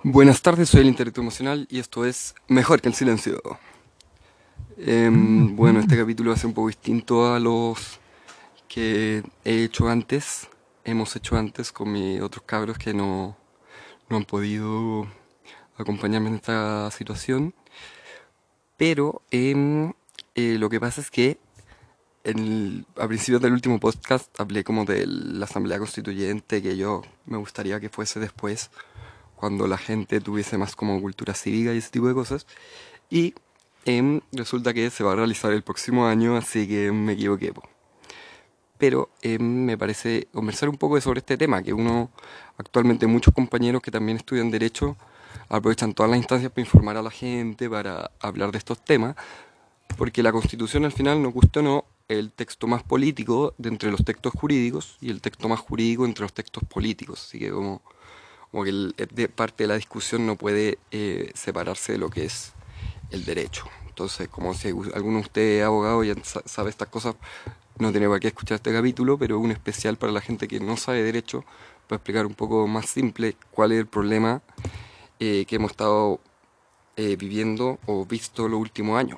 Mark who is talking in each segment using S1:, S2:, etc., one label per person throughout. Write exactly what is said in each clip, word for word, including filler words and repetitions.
S1: Buenas tardes, soy el intelecto emocional y esto es Mejor que el silencio. Em, bueno, este capítulo va a ser un poco distinto a los que he hecho antes, hemos hecho antes con mis otros cabros que no, no han podido acompañarme en esta situación. Pero em, eh, lo que pasa es que en a principios del último podcast hablé como de la Asamblea Constituyente que yo me gustaría que fuese después, cuando la gente tuviese más como cultura cívica y ese tipo de cosas. Y em, resulta que se va a realizar el próximo año, así que me equivoqué, po. Pero em, me parece conversar un poco sobre este tema, que uno, actualmente muchos compañeros que también estudian Derecho, aprovechan todas las instancias para informar a la gente, para hablar de estos temas, porque la Constitución al final nos gusta o no el texto más político de entre los textos jurídicos y el texto más jurídico entre los textos políticos. Así que como, como que el- de parte de la discusión no puede eh, separarse de lo que es el derecho. Entonces, como si alguno de ustedes es abogado y ya sa- sabe estas cosas, no tiene por qué escuchar este capítulo, pero es un especial para la gente que no sabe derecho, para explicar un poco más simple cuál es el problema eh, que hemos estado eh, viviendo o visto los últimos años.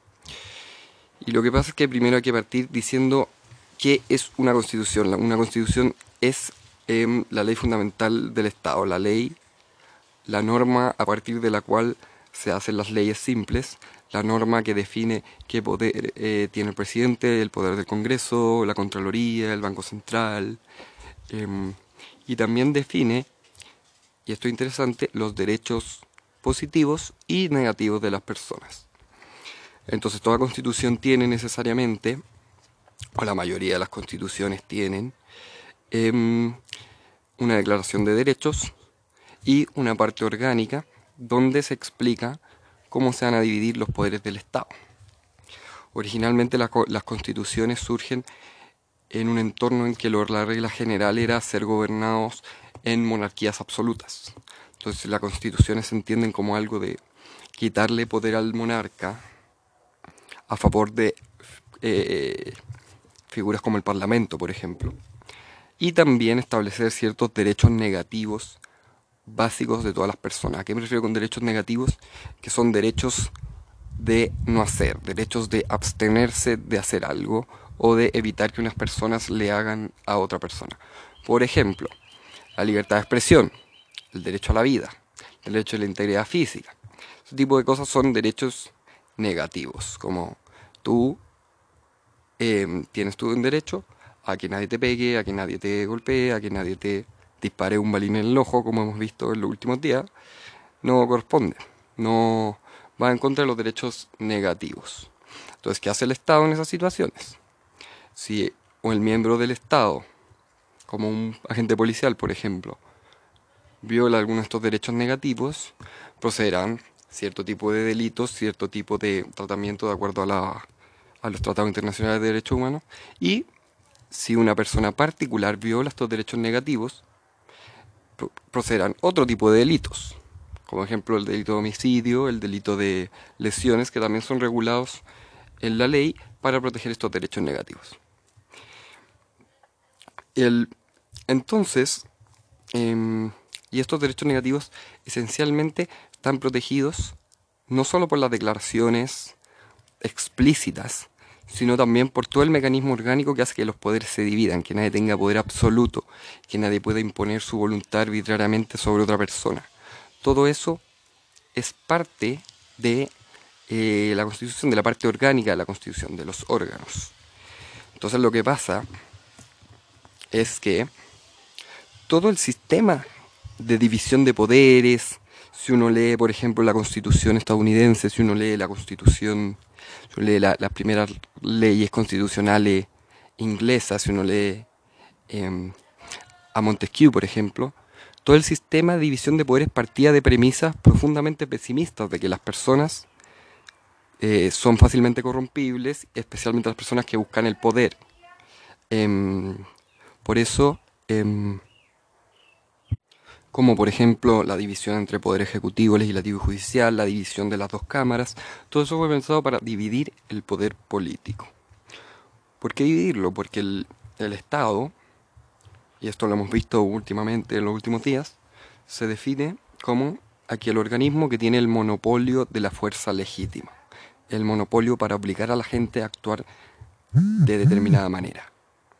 S1: Y lo que pasa es que primero hay que partir diciendo qué es una constitución. Una constitución es eh, la ley fundamental del Estado, la ley, la norma a partir de la cual se hacen las leyes simples, la norma que define qué poder eh, tiene el presidente, el poder del Congreso, la Contraloría, el Banco Central, eh, y también define, y esto es interesante, los derechos positivos y negativos de las personas. Entonces toda constitución tiene necesariamente, o la mayoría de las constituciones tienen, eh, una declaración de derechos y una parte orgánica donde se explica cómo se van a dividir los poderes del Estado. Originalmente la, las constituciones surgen en un entorno en que la regla general era ser gobernados en monarquías absolutas. Entonces las constituciones se entienden como algo de quitarle poder al monarca a favor de eh, figuras como el Parlamento, por ejemplo, y también establecer ciertos derechos negativos básicos de todas las personas. ¿A qué me refiero con derechos negativos? Que son derechos de no hacer, derechos de abstenerse de hacer algo o de evitar que unas personas le hagan a otra persona. Por ejemplo, la libertad de expresión, el derecho a la vida, el derecho a la integridad física. Ese tipo de cosas son derechos negativos, como tú eh, tienes tú un derecho a que nadie te pegue, a que nadie te golpee, a que nadie te dispare un balín en el ojo, como hemos visto en los últimos días. No corresponde, no va en contra de los derechos negativos. Entonces, ¿qué hace el Estado en esas situaciones? Si o el miembro del Estado, como un agente policial, por ejemplo, viola algunos de estos derechos negativos, procederán cierto tipo de delitos, cierto tipo de tratamiento de acuerdo a, la, a los tratados internacionales de derechos humanos. Y si una persona particular viola estos derechos negativos, procederán otro tipo de delitos, como ejemplo el delito de homicidio, el delito de lesiones, que también son regulados en la ley para proteger estos derechos negativos. El, entonces, eh, y estos derechos negativos esencialmente están protegidos no solo por las declaraciones explícitas, sino también por todo el mecanismo orgánico que hace que los poderes se dividan, que nadie tenga poder absoluto, que nadie pueda imponer su voluntad arbitrariamente sobre otra persona. Todo eso es parte de eh, la Constitución, de la parte orgánica de la Constitución, de los órganos. Entonces lo que pasa es que todo el sistema de división de poderes, si uno lee, por ejemplo, la Constitución estadounidense, si uno lee la Constitución, si uno lee la, las primeras leyes constitucionales inglesas, si uno lee eh, a Montesquieu, por ejemplo, todo el sistema de división de poderes partía de premisas profundamente pesimistas de que las personas eh, son fácilmente corrompibles, especialmente las personas que buscan el poder. Em, por eso, em, como por ejemplo la división entre poder ejecutivo, legislativo y judicial, la división de las dos cámaras, todo eso fue pensado para dividir el poder político. ¿Por qué dividirlo? Porque el, el Estado, y esto lo hemos visto últimamente en los últimos días, se define como aquel organismo que tiene el monopolio de la fuerza legítima, el monopolio para obligar a la gente a actuar de determinada manera.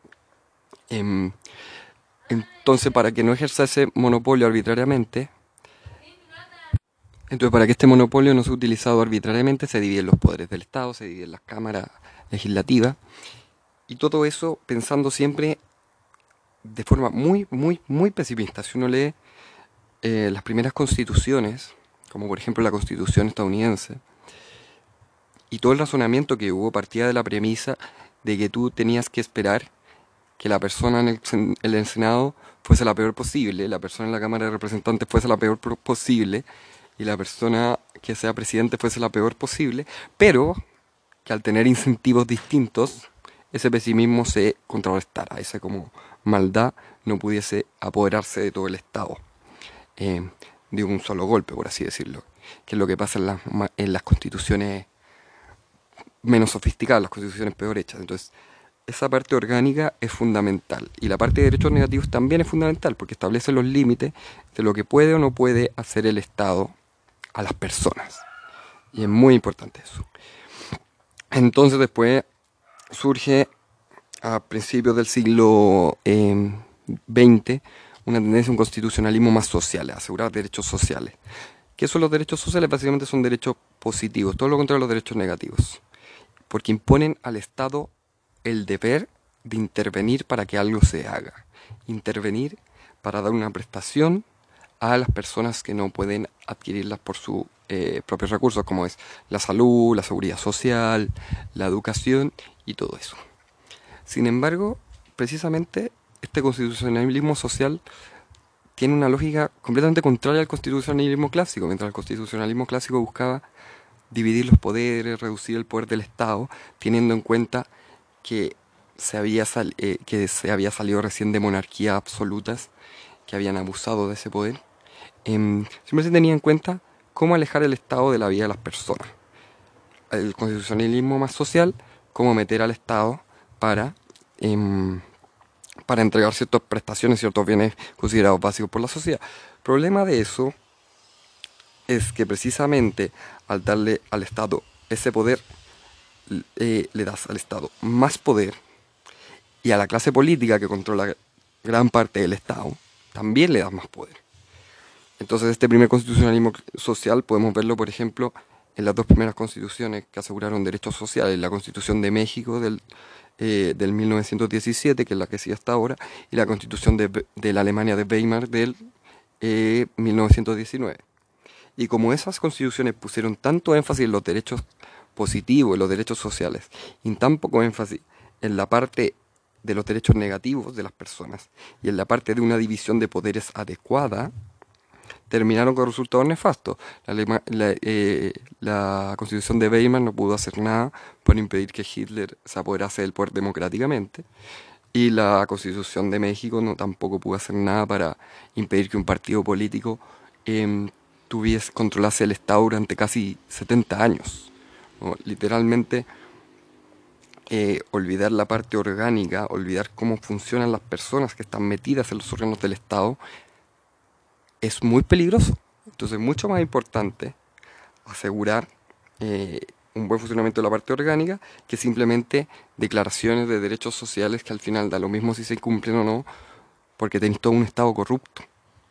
S1: Em, entonces, para que no ejerza ese monopolio arbitrariamente, entonces para que este monopolio no sea utilizado arbitrariamente, se dividen los poderes del Estado, se dividen las cámaras legislativas, y todo eso pensando siempre de forma muy, muy, muy pesimista. Si uno lee eh, las primeras constituciones, como por ejemplo la constitución estadounidense, y todo el razonamiento que hubo partía de la premisa de que tú tenías que esperar que la persona en el, en el Senado fuese la peor posible, la persona en la Cámara de Representantes fuese la peor posible, y la persona que sea presidente fuese la peor posible, pero que al tener incentivos distintos, ese pesimismo se contrarrestara, esa como maldad no pudiese apoderarse de todo el Estado eh, de un solo golpe, por así decirlo, que es lo que pasa en las, en las constituciones menos sofisticadas, las constituciones peor hechas. Entonces, esa parte orgánica es fundamental, y la parte de derechos negativos también es fundamental, porque establece los límites de lo que puede o no puede hacer el Estado a las personas, y es muy importante eso. Entonces después surge a principios del siglo eh, veinte una tendencia a un constitucionalismo más social, a asegurar derechos sociales. ¿Qué son los derechos sociales? Básicamente son derechos positivos, todo lo contrario de los derechos negativos, porque imponen al Estado el deber de intervenir para que algo se haga, intervenir para dar una prestación a las personas que no pueden adquirirlas por sus eh, propios recursos, como es la salud, la seguridad social, la educación y todo eso. Sin embargo, precisamente este constitucionalismo social tiene una lógica completamente contraria al constitucionalismo clásico. Mientras el constitucionalismo clásico buscaba dividir los poderes, reducir el poder del Estado, teniendo en cuenta que se había, sal, eh, que se había salido recién de monarquías absolutas que habían abusado de ese poder, eh, siempre se tenía en cuenta cómo alejar el Estado de la vida de las personas. El constitucionalismo más social, cómo meter al Estado para, eh, para entregar ciertas prestaciones, ciertos bienes considerados básicos por la sociedad. El problema de eso es que precisamente al darle al Estado ese poder, eh, le das al Estado más poder, y a la clase política que controla gran parte del Estado también le das más poder. Entonces este primer constitucionalismo social podemos verlo, por ejemplo, en las dos primeras constituciones que aseguraron derechos sociales, la Constitución de México del, eh, del mil novecientos diecisiete, que es la que sigue hasta ahora, y la Constitución de, de la Alemania de Weimar del eh, mil novecientos diecinueve. Y como esas constituciones pusieron tanto énfasis en los derechos positivos, en los derechos sociales, y tan poco énfasis en la parte de los derechos negativos de las personas, y en la parte de una división de poderes adecuada, terminaron con resultados nefastos. La, la, eh, la Constitución de Weimar no pudo hacer nada para impedir que Hitler se apoderase del poder democráticamente, y la Constitución de México no tampoco pudo hacer nada para impedir que un partido político eh, tuviese, controlase el Estado durante casi setenta años, ¿no? Literalmente eh, olvidar la parte orgánica, olvidar cómo funcionan las personas que están metidas en los órganos del Estado, es muy peligroso. Entonces es mucho más importante asegurar eh, un buen funcionamiento de la parte orgánica que simplemente declaraciones de derechos sociales que al final da lo mismo si se cumplen o no, porque tenéis todo un Estado corrupto.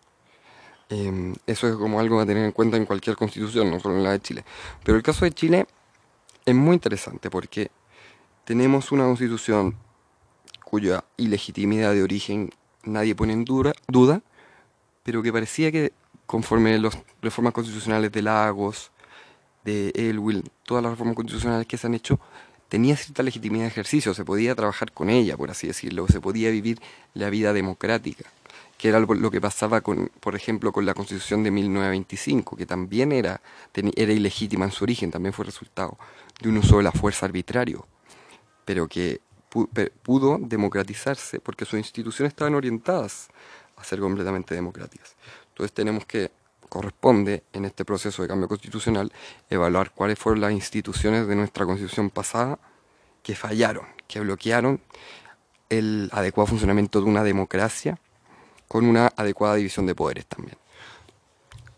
S1: Eh, eso es como algo a tener en cuenta en cualquier constitución, no solo en la de Chile. Pero el caso de Chile es muy interesante porque tenemos una constitución cuya ilegitimidad de origen nadie pone en duda, duda pero que parecía que conforme las reformas constitucionales de Lagos, de Elwin, todas las reformas constitucionales que se han hecho, tenía cierta legitimidad de ejercicio, se podía trabajar con ella, por así decirlo, se podía vivir la vida democrática, que era lo que pasaba con, por ejemplo, con la Constitución de mil novecientos veinticinco, que también era, era ilegítima en su origen, también fue resultado de un uso de la fuerza arbitrario, pero que pudo democratizarse porque sus instituciones estaban orientadas a ser completamente democráticas. Entonces tenemos que, corresponde en este proceso de cambio constitucional, evaluar cuáles fueron las instituciones de nuestra constitución pasada que fallaron, que bloquearon el adecuado funcionamiento de una democracia con una adecuada división de poderes también.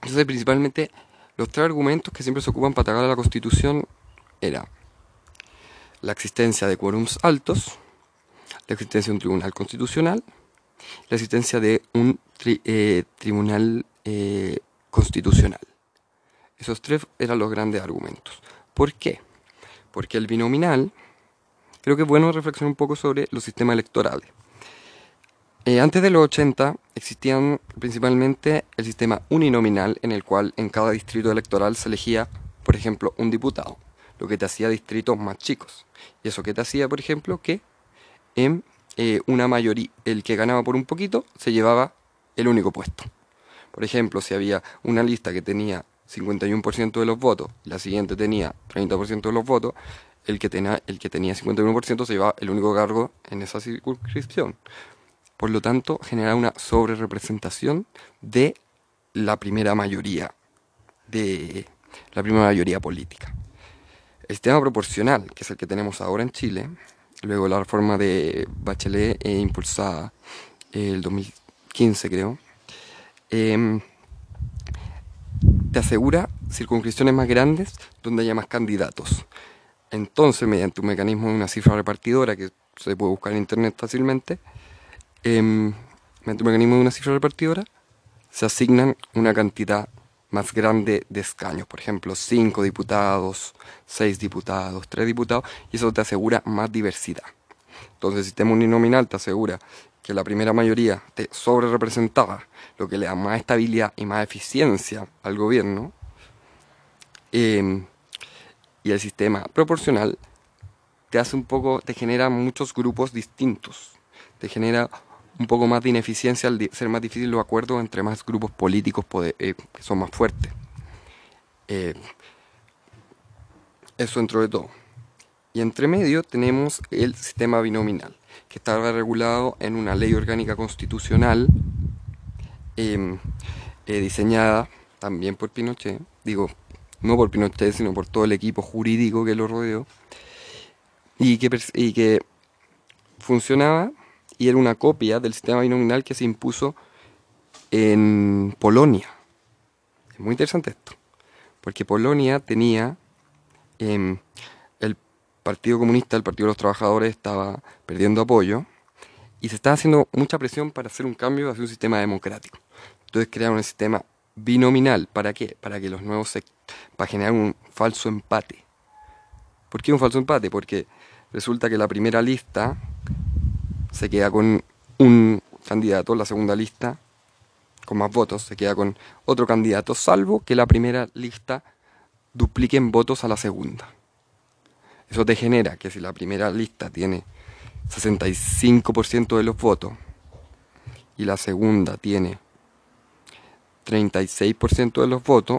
S1: Entonces, principalmente, los tres argumentos que siempre se ocupan para atacar a la Constitución era la existencia de quórums altos, la existencia de un tribunal constitucional, la existencia de un tri- eh, tribunal eh, constitucional. Esos tres eran los grandes argumentos. ¿Por qué? Porque el binominal, creo que es bueno reflexionar un poco sobre los sistemas electorales. Eh, antes de los ochenta existían principalmente el sistema uninominal, en el cual en cada distrito electoral se elegía, por ejemplo, un diputado, lo que te hacía distritos más chicos. Y eso que te hacía, por ejemplo, que en eh, una mayoría, el que ganaba por un poquito se llevaba el único puesto. Por ejemplo, si había una lista que tenía cincuenta y uno por ciento de los votos y la siguiente tenía treinta por ciento de los votos, el que, tenía, el que tenía cincuenta y uno por ciento se llevaba el único cargo en esa circunscripción. Por lo tanto, generaba una sobrerepresentación de la primera mayoría, de la primera mayoría política. El sistema proporcional, que es el que tenemos ahora en Chile, luego la reforma de Bachelet eh, impulsada eh, el dos mil quince creo, eh, te asegura circunscripciones más grandes donde haya más candidatos. Entonces, mediante un mecanismo de una cifra repartidora que se puede buscar en internet fácilmente, eh, mediante un mecanismo de una cifra repartidora, se asignan una cantidad más grande de escaños, por ejemplo, cinco diputados, seis diputados, tres diputados, y eso te asegura más diversidad. Entonces el sistema uninominal te asegura que la primera mayoría te sobre representaba, lo que le da más estabilidad y más eficiencia al gobierno. Eh, y el sistema proporcional te hace un poco, te genera muchos grupos distintos, te genera un poco más de ineficiencia al ser más difícil los acuerdos entre más grupos políticos poder, eh, que son más fuertes. Eh, eso dentro de todo. Y entre medio tenemos el sistema binominal, que está regulado en una ley orgánica constitucional eh, eh, diseñada también por Pinochet, digo, no por Pinochet, sino por todo el equipo jurídico que lo rodeó, y que, y que funcionaba y era una copia del sistema binominal que se impuso en Polonia. Es muy interesante esto, porque Polonia tenía eh, el Partido Comunista, el Partido de los Trabajadores estaba perdiendo apoyo y se estaba haciendo mucha presión para hacer un cambio hacia un sistema democrático. Entonces crearon un sistema binominal. ¿Para qué? Para que los nuevos se, para generar un falso empate. ¿Por qué un falso empate? Porque resulta que la primera lista se queda con un candidato, la segunda lista con más votos se queda con otro candidato, salvo que la primera lista duplique en votos a la segunda. Eso te genera que si la primera lista tiene sesenta y cinco por ciento de los votos y la segunda tiene treinta y seis por ciento de los votos,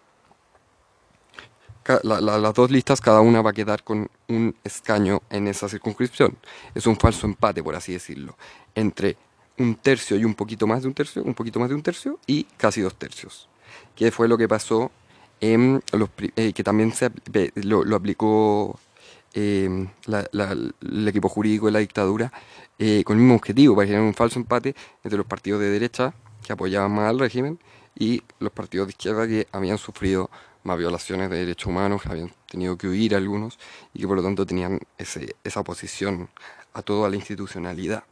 S1: la, la, las dos listas cada una va a quedar con un escaño en esa circunscripción. Es un falso empate, por así decirlo, entre un tercio y un poquito más de un tercio, un poquito más de un tercio y casi dos tercios. Que fue lo que pasó en los eh, que también se lo, lo aplicó eh, la, la, el equipo jurídico de la dictadura eh, con el mismo objetivo, para generar un falso empate entre los partidos de derecha que apoyaban más al régimen y los partidos de izquierda que habían sufrido más violaciones de derechos humanos, que habían tenido que huir algunos y que por lo tanto tenían ese, esa oposición a toda la institucionalidad.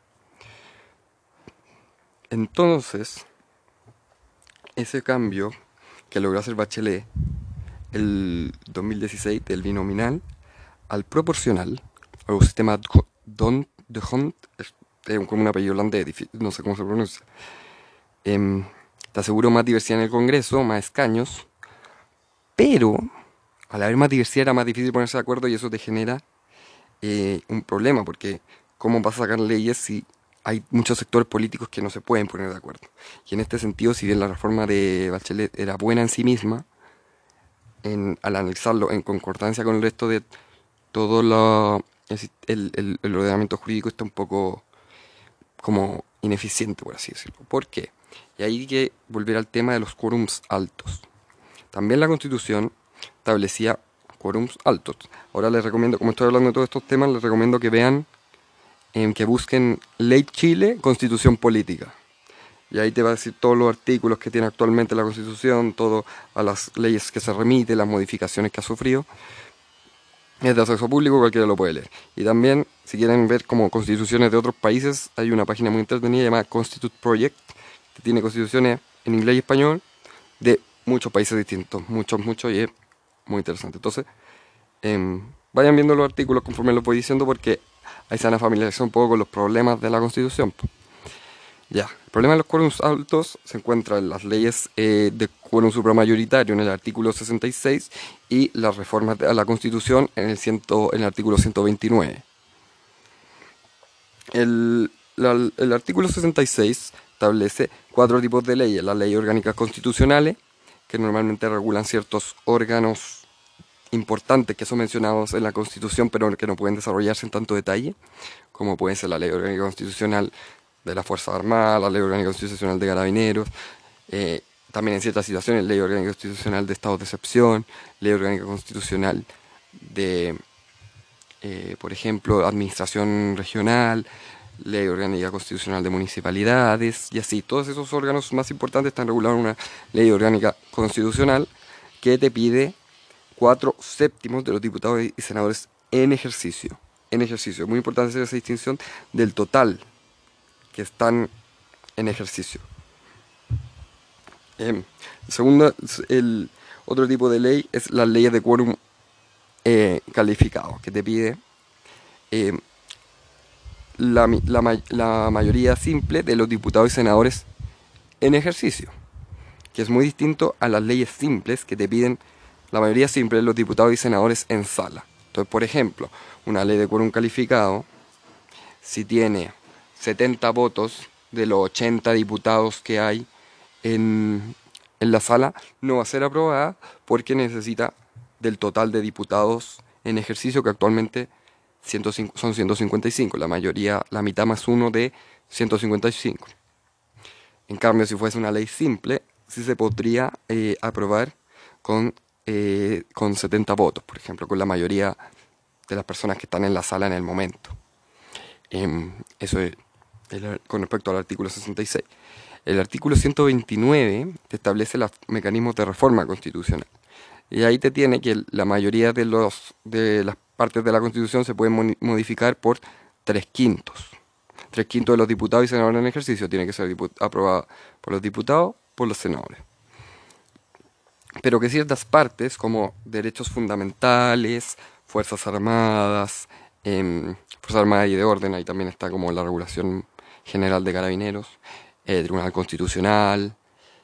S1: Entonces, ese cambio que logró hacer Bachelet el dos mil dieciséis del binominal al proporcional, o sistema Don de Hont, es como un apellido holandés, no sé cómo se pronuncia, eh, te aseguró más diversidad en el Congreso, más escaños, pero al haber más diversidad era más difícil ponerse de acuerdo y eso te genera eh, un problema, porque ¿cómo vas a sacar leyes si hay muchos sectores políticos que no se pueden poner de acuerdo? Y en este sentido, si bien la reforma de Bachelet era buena en sí misma, en, al analizarlo en concordancia con el resto de todo lo, el, el, el ordenamiento jurídico está un poco como ineficiente, por así decirlo. ¿Por qué? Y ahí hay que volver al tema de los quórums altos. También la Constitución establecía quórums altos. Ahora les recomiendo, como estoy hablando de todos estos temas, les recomiendo que vean, eh, que busquen Ley Chile, Constitución Política. Y ahí te va a decir todos los artículos que tiene actualmente la Constitución, todo a las leyes que se remite, las modificaciones que ha sufrido. Es de acceso público, cualquiera lo puede leer. Y también, si quieren ver como constituciones de otros países, hay una página muy entretenida llamada Constitute Project, que tiene constituciones en inglés y español de muchos países distintos, muchos, muchos, y es muy interesante. Entonces, eh, vayan viendo los artículos conforme los voy diciendo, porque ahí se van a familiarizar un poco con los problemas de la Constitución. Ya, el problema de los quórums altos se encuentra en las leyes eh, de quórum supramayoritario en el artículo sesenta y seis y las reformas a la Constitución en el, ciento, en el artículo ciento veintinueve. El, la, el artículo sesenta y seis establece cuatro tipos de leyes: las leyes orgánicas constitucionales, que normalmente regulan ciertos órganos importantes que son mencionados en la Constitución, pero que no pueden desarrollarse en tanto detalle, como puede ser la ley orgánica constitucional de las Fuerzas Armadas, la ley orgánica constitucional de Carabineros, eh, también en ciertas situaciones ley orgánica constitucional de estados de excepción, ley orgánica constitucional de, eh, por ejemplo, administración regional, ley orgánica constitucional de municipalidades, y así. Todos esos órganos más importantes están regulados en una ley orgánica constitucional que te pide cuatro séptimos de los diputados y senadores en ejercicio. En ejercicio. Muy importante hacer esa distinción del total que están en ejercicio. Eh, segundo, el otro tipo de ley es las leyes de quórum eh, calificado, que te pide eh, la, la, la mayoría simple de los diputados y senadores en ejercicio, que es muy distinto a las leyes simples que te piden la mayoría simple de los diputados y senadores en sala. Entonces, por ejemplo, una ley de quórum calificado, si tiene setenta votos de los ochenta diputados que hay en, en la sala, no va a ser aprobada porque necesita del total de diputados en ejercicio, que actualmente ciento cinco, son ciento cincuenta y cinco, la mayoría, la mitad más uno de ciento cincuenta y cinco. En cambio, si fuese una ley simple, sí se podría eh, aprobar con, eh, con setenta votos, por ejemplo, con la mayoría de las personas que están en la sala en el momento. Eh, eso es el, con respecto al artículo sesenta y seis. El artículo ciento veintinueve te establece los mecanismos de reforma constitucional. Y ahí te tiene que la mayoría de, los, de las partes de la Constitución se pueden modificar por tres quintos. Tres quintos de los diputados y senadores en ejercicio tiene que ser aprobada por los diputados, por los senadores. Pero que ciertas partes, como derechos fundamentales, Fuerzas Armadas, eh, Fuerzas Armadas y de Orden, ahí también está como la regulación general de Carabineros, el Tribunal Constitucional,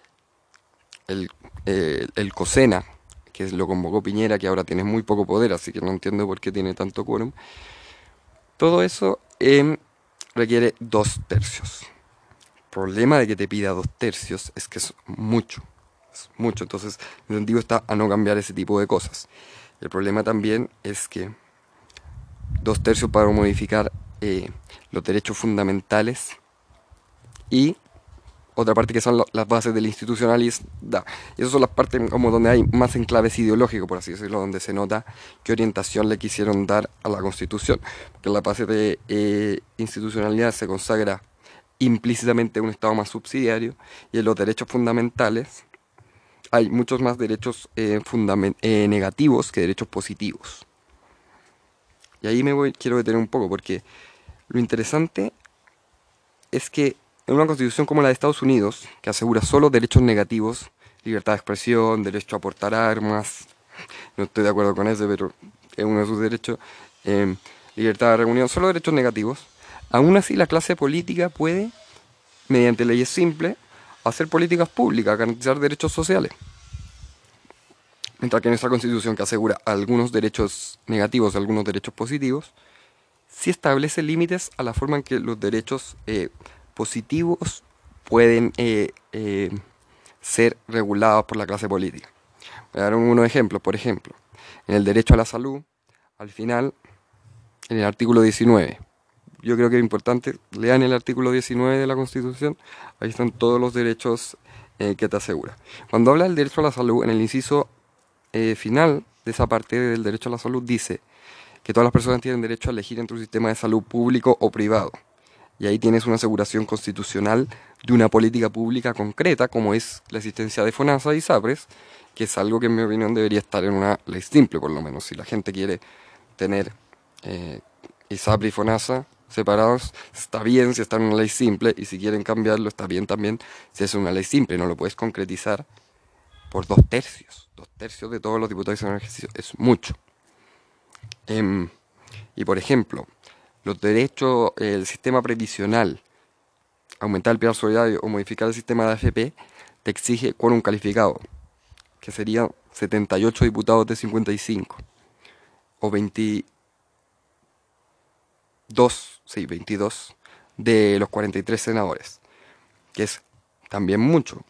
S1: el, eh, el COSENA, que lo convocó Piñera, que ahora tiene muy poco poder, así que no entiendo por qué tiene tanto quórum. Todo eso eh, requiere dos tercios. El problema de que te pida dos tercios es que es mucho, es mucho. Entonces, el incentivo está a no cambiar ese tipo de cosas. El problema también es que dos tercios para modificar eh, los derechos fundamentales y otra parte que son las bases del institucionalidad. Y esas son las partes como donde hay más enclaves ideológicos, por así decirlo, donde se nota qué orientación le quisieron dar a la Constitución. Porque en la base de eh, institucionalidad se consagra implícitamente un Estado más subsidiario, y en los derechos fundamentales hay muchos más derechos eh, eh, negativos que derechos positivos. Y ahí me voy, quiero detener un poco, porque lo interesante es que en una constitución como la de Estados Unidos, que asegura solo derechos negativos, libertad de expresión, derecho a portar armas, no estoy de acuerdo con ese, pero es uno de sus derechos, eh, libertad de reunión, solo derechos negativos, aún así la clase política puede, mediante leyes simples, hacer políticas públicas, garantizar derechos sociales. Mientras que en esta constitución, que asegura algunos derechos negativos y algunos derechos positivos, sí establece límites a la forma en que los derechos eh, positivos pueden eh, eh, ser regulados por la clase política. Voy a dar unos ejemplos. Por ejemplo, en el derecho a la salud, al final, en el artículo diecinueve, yo creo que es importante, lean el artículo diecinueve de la Constitución, ahí están todos los derechos eh, que te asegura. Cuando habla del derecho a la salud, en el inciso eh, final de esa parte del derecho a la salud dice que todas las personas tienen derecho a elegir entre un sistema de salud público o privado. Y ahí tienes una aseguración constitucional de una política pública concreta, como es la existencia de FONASA y SAPRES, que es algo que en mi opinión debería estar en una ley simple, por lo menos. Si la gente quiere tener eh, ISAPRE y FONASA separados, está bien si está en una ley simple, y si quieren cambiarlo, está bien también si es una ley simple. No lo puedes concretizar por dos tercios. Dos tercios de todos los diputados en ejercicio es mucho. Em, y por ejemplo, los derechos, el sistema previsional, aumentar el pilar solidario o modificar el sistema de A F P, te exige quórum calificado, que serían setenta y ocho diputados de cincuenta y cinco, o veintidós, sí, veintidós de los cuarenta y tres senadores, que es también mucho.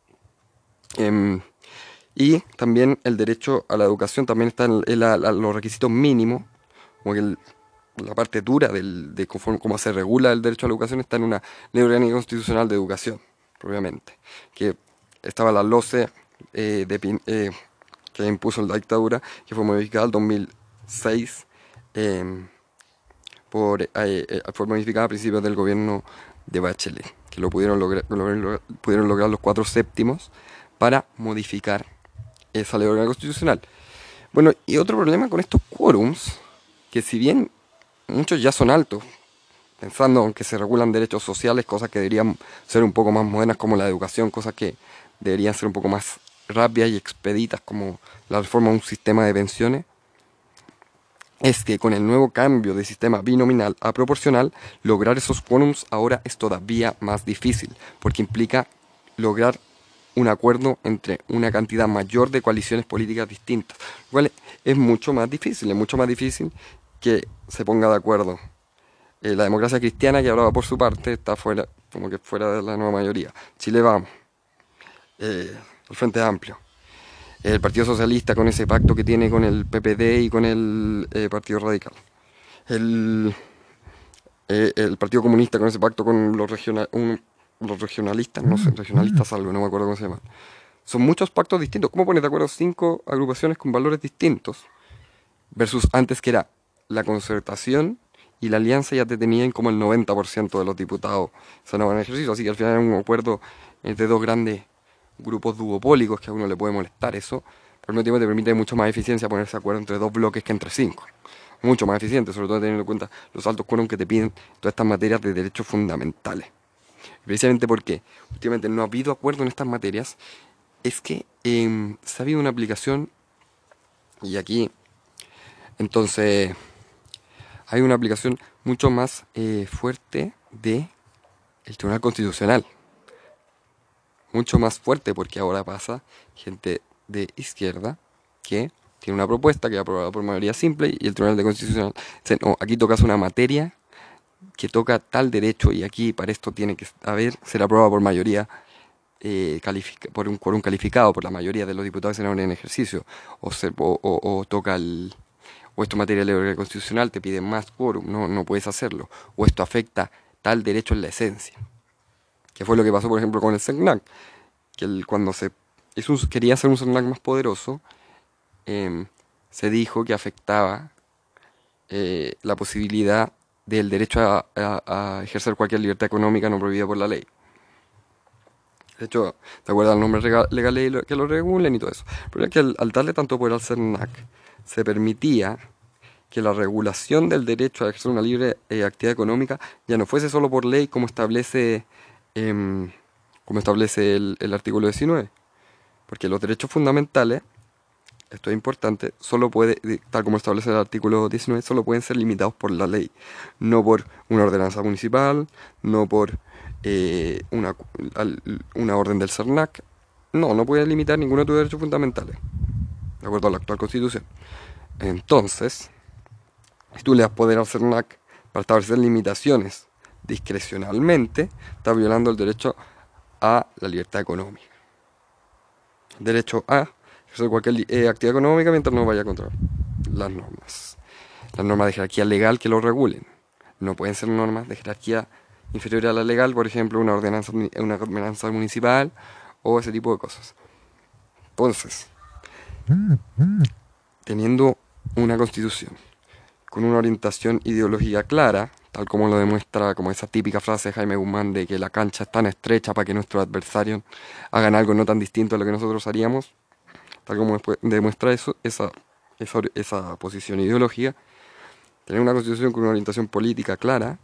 S1: Em, y también el derecho a la educación también está en, en la- la- los requisitos mínimos, como que el- la parte dura del, de conforme- cómo se regula el derecho a la educación está en una ley orgánica constitucional de educación, propiamente, que estaba la LOCE eh, de Pin- eh, que impuso la dictadura, que fue modificada en dos mil seis, eh, por, eh, eh, fue modificada a principios del gobierno de Bachelet, que lo pudieron lograr, lo pudieron lograr los cuatro séptimos para modificar esa ley orgánica constitucional. Bueno, y otro problema con estos quórums, que si bien muchos ya son altos, pensando en que se regulan derechos sociales, cosas que deberían ser un poco más modernas como la educación, cosas que deberían ser un poco más rápidas y expeditas como la reforma de un sistema de pensiones, es que con el nuevo cambio de sistema binominal a proporcional, lograr esos quórums ahora es todavía más difícil, porque implica lograr un acuerdo entre una cantidad mayor de coaliciones políticas distintas, lo cual es mucho más difícil, es mucho más difícil que se ponga de acuerdo eh, la democracia cristiana, que hablaba por su parte, está fuera, como que fuera de la nueva mayoría. Chile Vamos, eh, el Frente Amplio, el Partido Socialista con ese pacto que tiene con el P P D y con el eh, Partido Radical, el, eh, el Partido Comunista con ese pacto con los, regional, un, los regionalistas, no sé, regionalistas algo, no me acuerdo cómo se llama. Son muchos pactos distintos. ¿Cómo pones de acuerdo cinco agrupaciones con valores distintos? Versus antes, que era la concertación y la alianza, ya te tenían como el noventa por ciento de los diputados senadores en ejercicio. Así que al final era un acuerdo entre dos grandes grupos duopólicos, que a uno le puede molestar eso. Pero al mismo tiempo te permite mucho más eficiencia ponerse de acuerdo entre dos bloques que entre cinco. Mucho más eficiente, sobre todo teniendo en cuenta los altos quórum que te piden todas estas materias de derechos fundamentales. Precisamente porque últimamente no ha habido acuerdo en estas materias, es que eh, se ha habido una aplicación, y aquí entonces hay una aplicación mucho más eh, fuerte de el Tribunal Constitucional, mucho más fuerte, porque ahora pasa gente de izquierda que tiene una propuesta que es aprobada por mayoría simple, y el Tribunal de Constitucional dice, no, aquí tocas una materia que toca tal derecho, y aquí para esto tiene que haber, ser aprobada por mayoría, eh, califica, por un quórum calificado por la mayoría de los diputados y senadores en ejercicio, o, se, o, o, o toca el, o esto materia de ley constitucional, te piden más quórum, no, no puedes hacerlo, o esto afecta tal derecho en la esencia, que fue lo que pasó por ejemplo con el CERNAC, que el, cuando se es un, quería hacer un CERNAC más poderoso, eh, se dijo que afectaba eh, la posibilidad del derecho a, a, a ejercer cualquier libertad económica no prohibida por la ley. De hecho, ¿te acuerdas el nombre legal que lo regulen y todo eso? Pero es que al, al darle tanto poder al CERNAC, se permitía que la regulación del derecho a ejercer una libre eh, actividad económica ya no fuese solo por ley, como establece, em, como establece el, el artículo diecinueve. Porque los derechos fundamentales, esto es importante, solo puede, tal como establece el artículo diecinueve, solo pueden ser limitados por la ley, no por una ordenanza municipal, no por eh, una, una orden del CERNAC. No, no puede limitar ninguno de tus derechos fundamentales, de acuerdo a la actual constitución. Entonces, si tú le das poder al CERNAC para establecer limitaciones discrecionalmente, estás violando el derecho a la libertad económica. Derecho a ejercer cualquier eh, actividad económica mientras no vaya contra las normas. Las normas de jerarquía legal que lo regulen. No pueden ser normas de jerarquía inferior a la legal, por ejemplo, una ordenanza, una ordenanza municipal o ese tipo de cosas. Entonces, teniendo una constitución con una orientación ideológica clara, tal como lo demuestra como esa típica frase de Jaime Guzmán de que la cancha es tan estrecha para que nuestros adversarios hagan algo no tan distinto a lo que nosotros haríamos, tal como después demuestra eso, esa, esa, esa posición ideológica. Tener una constitución con una orientación política clara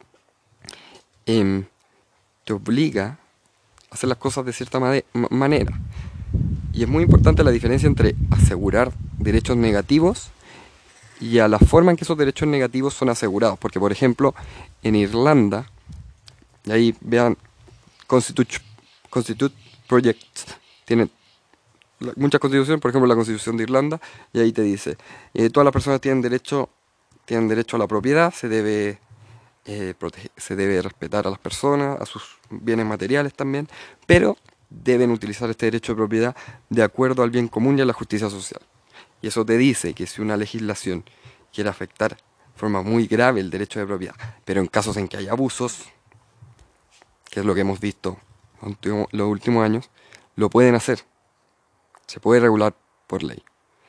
S1: em, te obliga a hacer las cosas de cierta made- ma- manera. Y es muy importante la diferencia entre asegurar derechos negativos y a la forma en que esos derechos negativos son asegurados. Porque, por ejemplo, en Irlanda, y ahí vean, Constitute, Constitute Project tiene la- muchas constituciones, por ejemplo la Constitución de Irlanda, y ahí te dice, eh, todas las personas tienen derecho, tienen derecho a la propiedad, se debe, eh, protege- se debe respetar a las personas, a sus bienes materiales también, pero deben utilizar este derecho de propiedad de acuerdo al bien común y a la justicia social. Y eso te dice que si una legislación quiere afectar de forma muy grave el derecho de propiedad, pero en casos en que hay abusos, que es lo que hemos visto los últimos, los últimos años, lo pueden hacer. Se puede regular por ley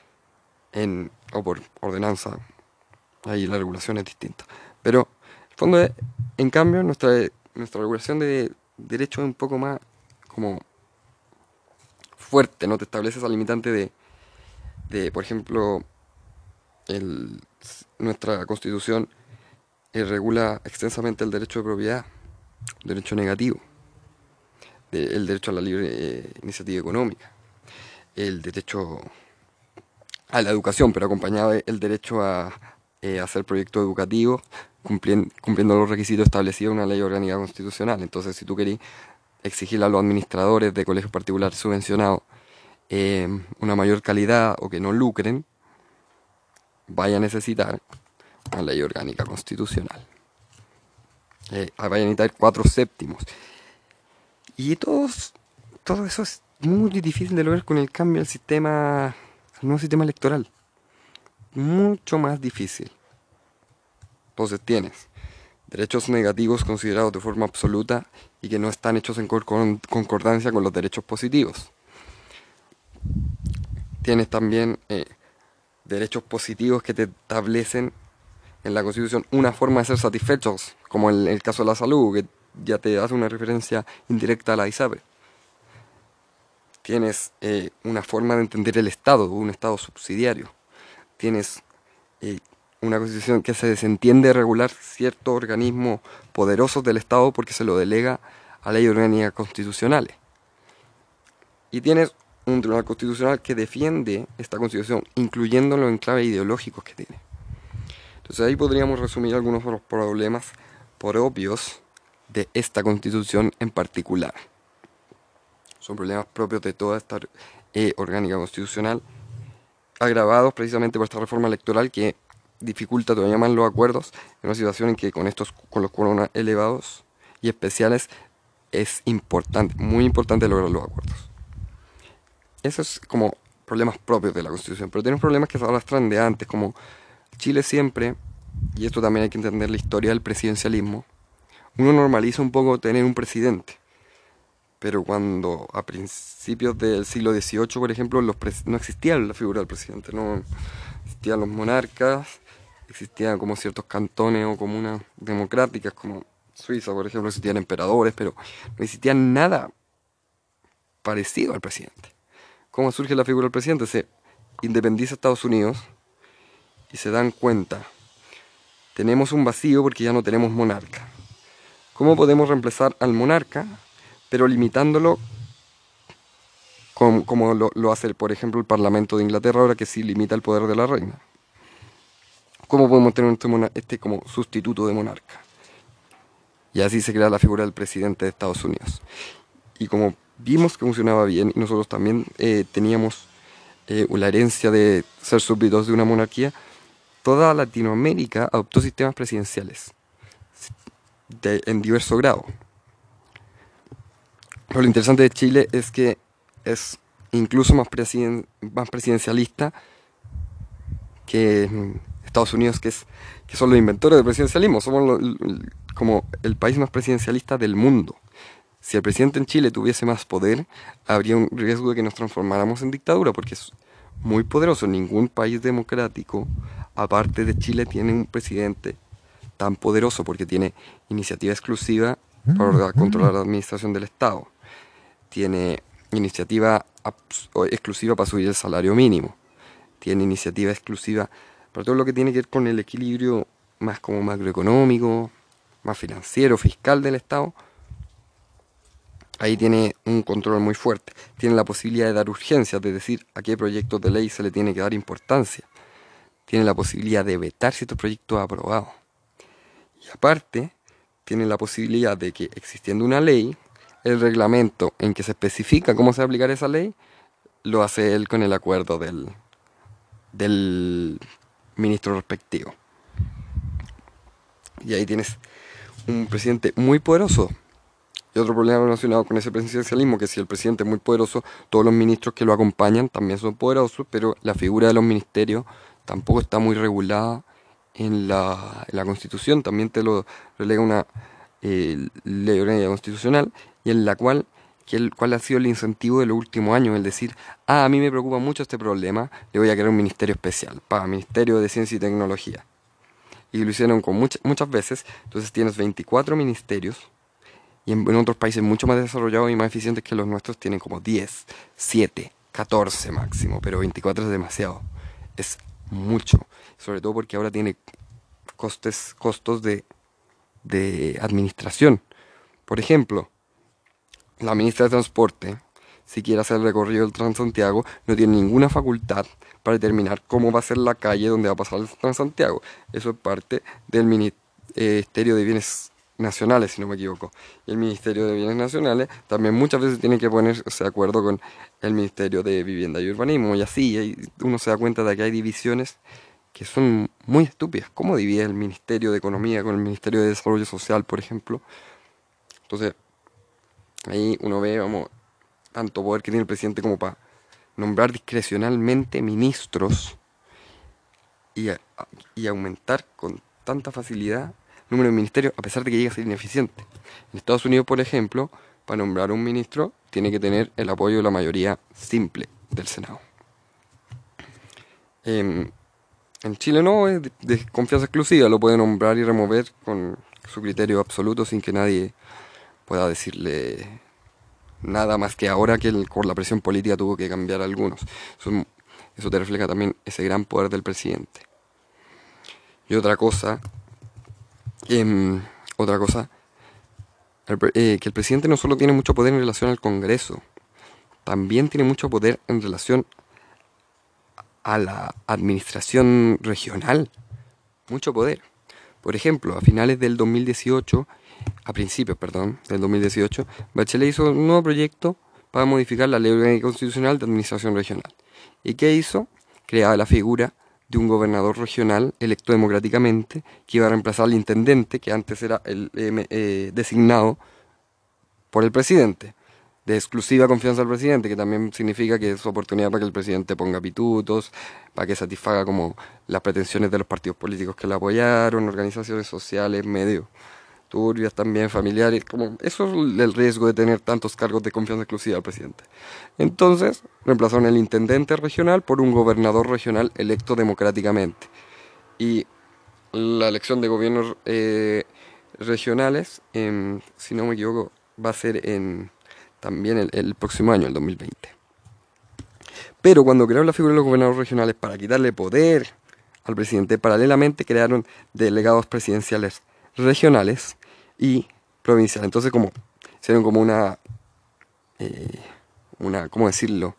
S1: en, o por ordenanza. Ahí la regulación es distinta. Pero, en el fondo, es- en cambio, nuestra, nuestra regulación de derecho es un poco más como fuerte, ¿no? Te establece esa limitante de, de por ejemplo, el, nuestra constitución eh, regula extensamente el derecho de propiedad, derecho negativo, de- el derecho a la libre eh, iniciativa económica, el derecho a la educación, pero acompañado del derecho a eh, hacer proyectos educativos cumplien- cumpliendo los requisitos establecidos en una ley orgánica constitucional. Entonces, si tú querís exigirle a los administradores de colegios particulares subvencionados eh, una mayor calidad o que no lucren, vaya a necesitar una ley orgánica constitucional. Eh, vaya a necesitar cuatro séptimos. Y todos, todo eso es muy difícil de lograr con el cambio del sistema, al nuevo sistema electoral. Mucho más difícil. Entonces tienes derechos negativos considerados de forma absoluta y que no están hechos en concordancia con los derechos positivos. Tienes también eh, derechos positivos que te establecen en la Constitución una forma de ser satisfechos, como en el caso de la salud, que ya te hace una referencia indirecta a la ISAPRE. Tienes eh, una forma de entender el Estado, un Estado subsidiario. Tienes eh, una constitución que se desentiende de regular ciertos organismos poderosos del Estado porque se lo delega a leyes orgánicas constitucionales. Y tienes un tribunal constitucional que defiende esta constitución, incluyendo los enclaves ideológicos que tiene. Entonces ahí podríamos resumir algunos de los problemas propios de esta constitución en particular. Son problemas propios de toda esta eh, orgánica constitucional, agravados precisamente por esta reforma electoral que dificulta todavía más los acuerdos en una situación en que con estos con los quórum elevados y especiales es importante, muy importante lograr los acuerdos. Eso es como problemas propios de la Constitución, pero tenemos problemas que se arrastran de antes, como Chile siempre, y esto también hay que entender la historia del presidencialismo, uno normaliza un poco tener un presidente, pero cuando a principios del siglo dieciocho, por ejemplo, los no existía la figura del presidente, no existían los monarcas, existían como ciertos cantones o comunas democráticas, como Suiza, por ejemplo, existían emperadores, pero no existía nada parecido al presidente. ¿Cómo surge la figura del presidente? Se independiza Estados Unidos y se dan cuenta, tenemos un vacío porque ya no tenemos monarca. ¿Cómo podemos reemplazar al monarca, pero limitándolo como, como lo, lo hace, por ejemplo, el Parlamento de Inglaterra ahora, que sí limita el poder de la reina? ¿Cómo podemos tener este, mona- este como sustituto de monarca? Y así se crea la figura del presidente de Estados Unidos. Y como vimos que funcionaba bien, y nosotros también eh, teníamos eh, la herencia de ser súbditos de una monarquía, toda Latinoamérica adoptó sistemas presidenciales de- en diverso grado. Pero lo interesante de Chile es que es incluso más, presiden- más presidencialista que mm, Estados Unidos, que, es, que son los inventores del presidencialismo. Somos lo- l- como el país más presidencialista del mundo. Si el presidente en Chile tuviese más poder, habría un riesgo de que nos transformáramos en dictadura, porque es muy poderoso. Ningún país democrático, aparte de Chile, tiene un presidente tan poderoso porque tiene iniciativa exclusiva para controlar la administración del Estado. Tiene iniciativa exclusiva para subir el salario mínimo. Tiene iniciativa exclusiva para todo lo que tiene que ver con el equilibrio más como macroeconómico, más financiero, fiscal del Estado. Ahí tiene un control muy fuerte. Tiene la posibilidad de dar urgencias, de decir a qué proyectos de ley se le tiene que dar importancia. Tiene la posibilidad de vetar si estos proyectos aprobados. Y aparte, tiene la posibilidad de que, existiendo una ley, el reglamento en que se especifica cómo se va a aplicar esa ley, lo hace él con el acuerdo del, del ministro respectivo. Y ahí tienes un presidente muy poderoso. Y otro problema relacionado con ese presidencialismo, que si el presidente es muy poderoso, todos los ministros que lo acompañan también son poderosos, pero la figura de los ministerios tampoco está muy regulada en la, en la Constitución. También te lo relega una eh, ley orgánica constitucional, y en la cual, que el, cuál ha sido el incentivo de los últimos años, el decir, ah, a mí me preocupa mucho este problema, le voy a crear un ministerio especial, para Ministerio de Ciencia y Tecnología. Y lo hicieron con much, muchas veces. Entonces tienes veinticuatro ministerios, y en, en otros países mucho más desarrollados y más eficientes que los nuestros tienen como diez, siete, catorce máximo, pero veinticuatro es demasiado, es mucho, sobre todo porque ahora tiene costes, costos de, de administración. Por ejemplo, la ministra de Transporte, si quiere hacer el recorrido del Transantiago, no tiene ninguna facultad para determinar cómo va a ser la calle donde va a pasar el Transantiago. Eso es parte del Ministerio de Bienes Nacionales, si no me equivoco. Y el Ministerio de Bienes Nacionales también muchas veces tiene que ponerse de acuerdo con el Ministerio de Vivienda y Urbanismo. Y así uno se da cuenta de que hay divisiones que son muy estúpidas. ¿Cómo divide el Ministerio de Economía con el Ministerio de Desarrollo Social, por ejemplo? Entonces, ahí uno ve, vamos, tanto poder que tiene el presidente como para nombrar discrecionalmente ministros y, a, y aumentar con tanta facilidad el número de ministerios, a pesar de que llegue a ser ineficiente. En Estados Unidos, por ejemplo, para nombrar un ministro tiene que tener el apoyo de la mayoría simple del Senado. Eh, en Chile no, es de, de confianza exclusiva, lo puede nombrar y remover con su criterio absoluto sin que nadie pueda decirle nada más, que ahora que el, por la presión política tuvo que cambiar algunos. Eso, eso te refleja también ese gran poder del presidente. Y otra cosa, eh, otra cosa, el, eh, que el presidente no solo tiene mucho poder en relación al Congreso, también tiene mucho poder en relación a la administración regional. Mucho poder. Por ejemplo, a finales del dos mil dieciocho, a principios, perdón, del dos mil dieciocho, Bachelet hizo un nuevo proyecto para modificar la ley orgánica constitucional de administración regional. ¿Y qué hizo? Creaba la figura de un gobernador regional electo democráticamente que iba a reemplazar al intendente, que antes era el eh, eh, designado por el presidente, de exclusiva confianza del presidente, que también significa que es oportunidad para que el presidente ponga pitutos, para que satisfaga como las pretensiones de los partidos políticos que le apoyaron, organizaciones sociales, medios turbias también, familiares, como eso es el riesgo de tener tantos cargos de confianza exclusiva al presidente. Entonces, reemplazaron el intendente regional por un gobernador regional electo democráticamente. Y la elección de gobiernos eh, regionales, eh, si no me equivoco, va a ser en también el, el próximo año, el dos mil veinte. Pero cuando crearon la figura de los gobernadores regionales para quitarle poder al presidente, paralelamente crearon delegados presidenciales regionales y provinciales. Entonces, como hicieron como una, eh, una, ¿cómo decirlo?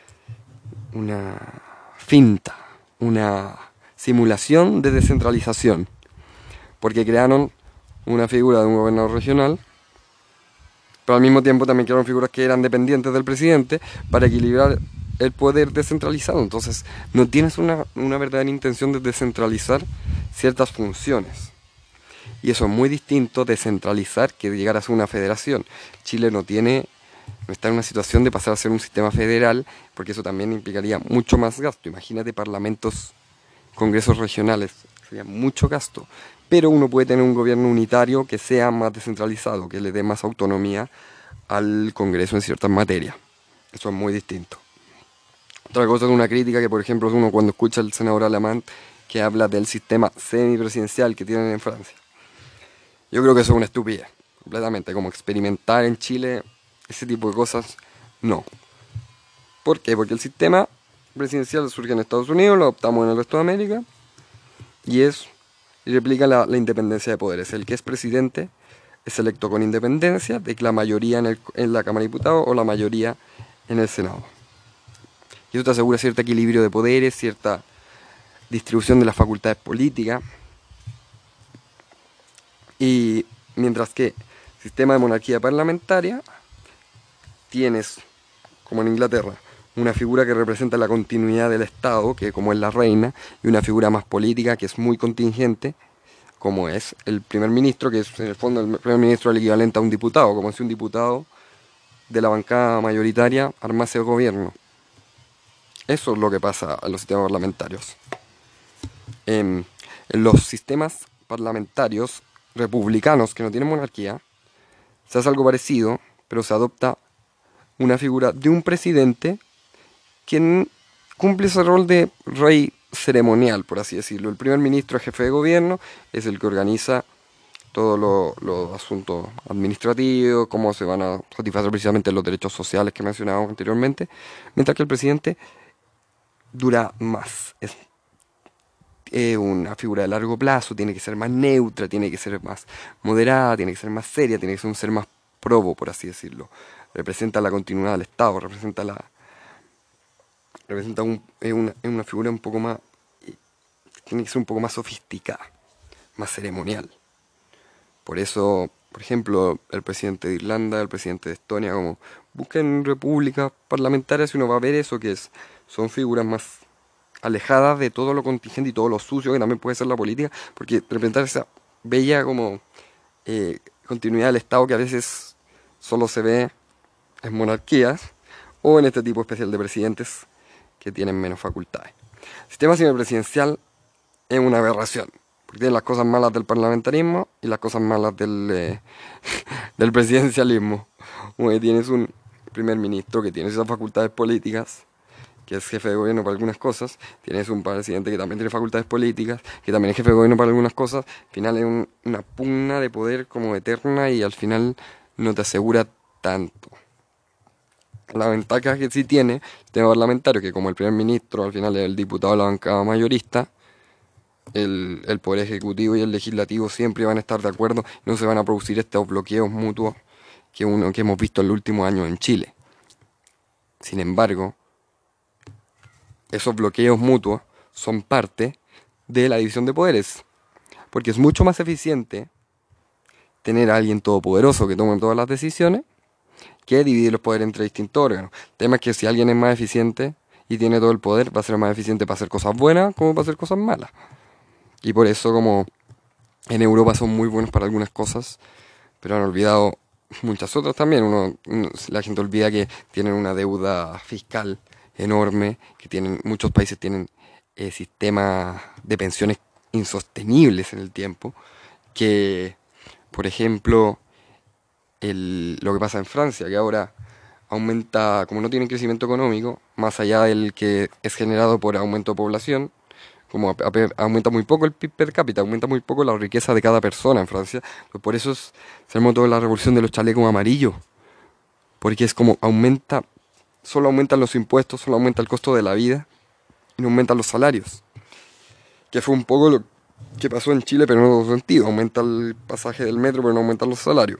S1: Una finta, una simulación de descentralización, porque crearon una figura de un gobernador regional, pero al mismo tiempo también crearon figuras que eran dependientes del presidente para equilibrar el poder descentralizado. Entonces no tienes una, una verdadera intención de descentralizar ciertas funciones. Y eso es muy distinto de centralizar que llegar a ser una federación. Chile no tiene, no está en una situación de pasar a ser un sistema federal, porque eso también implicaría mucho más gasto. Imagínate parlamentos, congresos regionales, sería mucho gasto. Pero uno puede tener un gobierno unitario que sea más descentralizado, que le dé más autonomía al Congreso en ciertas materias. Eso es muy distinto. Otra cosa es una crítica que, por ejemplo, uno cuando escucha al senador Alamán que habla del sistema semipresidencial que tienen en Francia. Yo creo que eso es una estupidez, completamente, como experimentar en Chile ese tipo de cosas, no. ¿Por qué? Porque el sistema presidencial surge en Estados Unidos, lo adoptamos en el resto de América, y es y replica la, la independencia de poderes. El que es presidente es electo con independencia de que la mayoría en, el, en la Cámara de Diputados o la mayoría en el Senado. Y eso te asegura cierto equilibrio de poderes, cierta distribución de las facultades políticas. Y mientras que sistema de monarquía parlamentaria, tienes, como en Inglaterra, una figura que representa la continuidad del Estado, que como es la reina, y una figura más política que es muy contingente, como es el primer ministro, que es en el fondo el primer ministro es el equivalente a un diputado, como si un diputado de la bancada mayoritaria armase el gobierno. Eso es lo que pasa en los sistemas parlamentarios. En, en los sistemas parlamentarios republicanos que no tienen monarquía, se hace algo parecido, pero se adopta una figura de un presidente quien cumple ese rol de rey ceremonial, por así decirlo. El primer ministro es jefe de gobierno, es el que organiza todos los lo asuntos administrativos, cómo se van a satisfacer precisamente los derechos sociales que mencionábamos anteriormente, mientras que el presidente dura más. Es eh, una figura de largo plazo, tiene que ser más neutra, tiene que ser más moderada, tiene que ser más seria, tiene que ser un ser más probo, por así decirlo. Representa la continuidad del Estado, representa la representa un, es una, es una figura un poco más, tiene que ser un poco más sofisticada, más ceremonial. Por eso, por ejemplo, el presidente de Irlanda, el presidente de Estonia, como busquen repúblicas parlamentarias y uno va a ver eso, que es, son figuras más alejadas de todo lo contingente y todo lo sucio que también puede ser la política, porque representar esa bella como eh, continuidad del Estado que a veces solo se ve en monarquías o en este tipo especial de presidentes que tienen menos facultades. El sistema semipresidencial es una aberración, porque tiene las cosas malas del parlamentarismo y las cosas malas del, eh, del presidencialismo. Como tienes un primer ministro que tiene esas facultades políticas, que es jefe de gobierno para algunas cosas, tienes un presidente que también tiene facultades políticas, que también es jefe de gobierno para algunas cosas, al final es un, una pugna de poder como eterna y al final no te asegura tanto. La ventaja que sí tiene el tema parlamentario, que como el primer ministro al final es el diputado de la bancada mayorista, el, el poder ejecutivo y el legislativo siempre van a estar de acuerdo y no se van a producir estos bloqueos mutuos que, uno, que hemos visto en los últimos años en Chile. Sin embargo, esos bloqueos mutuos son parte de la división de poderes, porque es mucho más eficiente tener a alguien todopoderoso que tome todas las decisiones que dividir los poderes entre distintos órganos. El tema es que si alguien es más eficiente y tiene todo el poder, va a ser más eficiente para hacer cosas buenas como para hacer cosas malas. Y por eso como en Europa son muy buenos para algunas cosas, pero han olvidado muchas otras también. Uno, uno- la gente olvida que tienen una deuda fiscal enorme, que tienen muchos países tienen eh, sistemas de pensiones insostenibles en el tiempo, que por ejemplo el- lo que pasa en Francia, que ahora aumenta, como no tienen crecimiento económico, más allá del que es generado por aumento de población, como ap- ap- aumenta muy poco el P I B per cápita, aumenta muy poco la riqueza de cada persona en Francia, pues por eso es- se armó toda la revolución de los chalecos amarillos, porque es como aumenta, solo aumentan los impuestos, solo aumenta el costo de la vida y no aumentan los salarios, que fue un poco lo que pasó en Chile, pero en otro sentido, aumenta el pasaje del metro, pero no aumentan los salarios.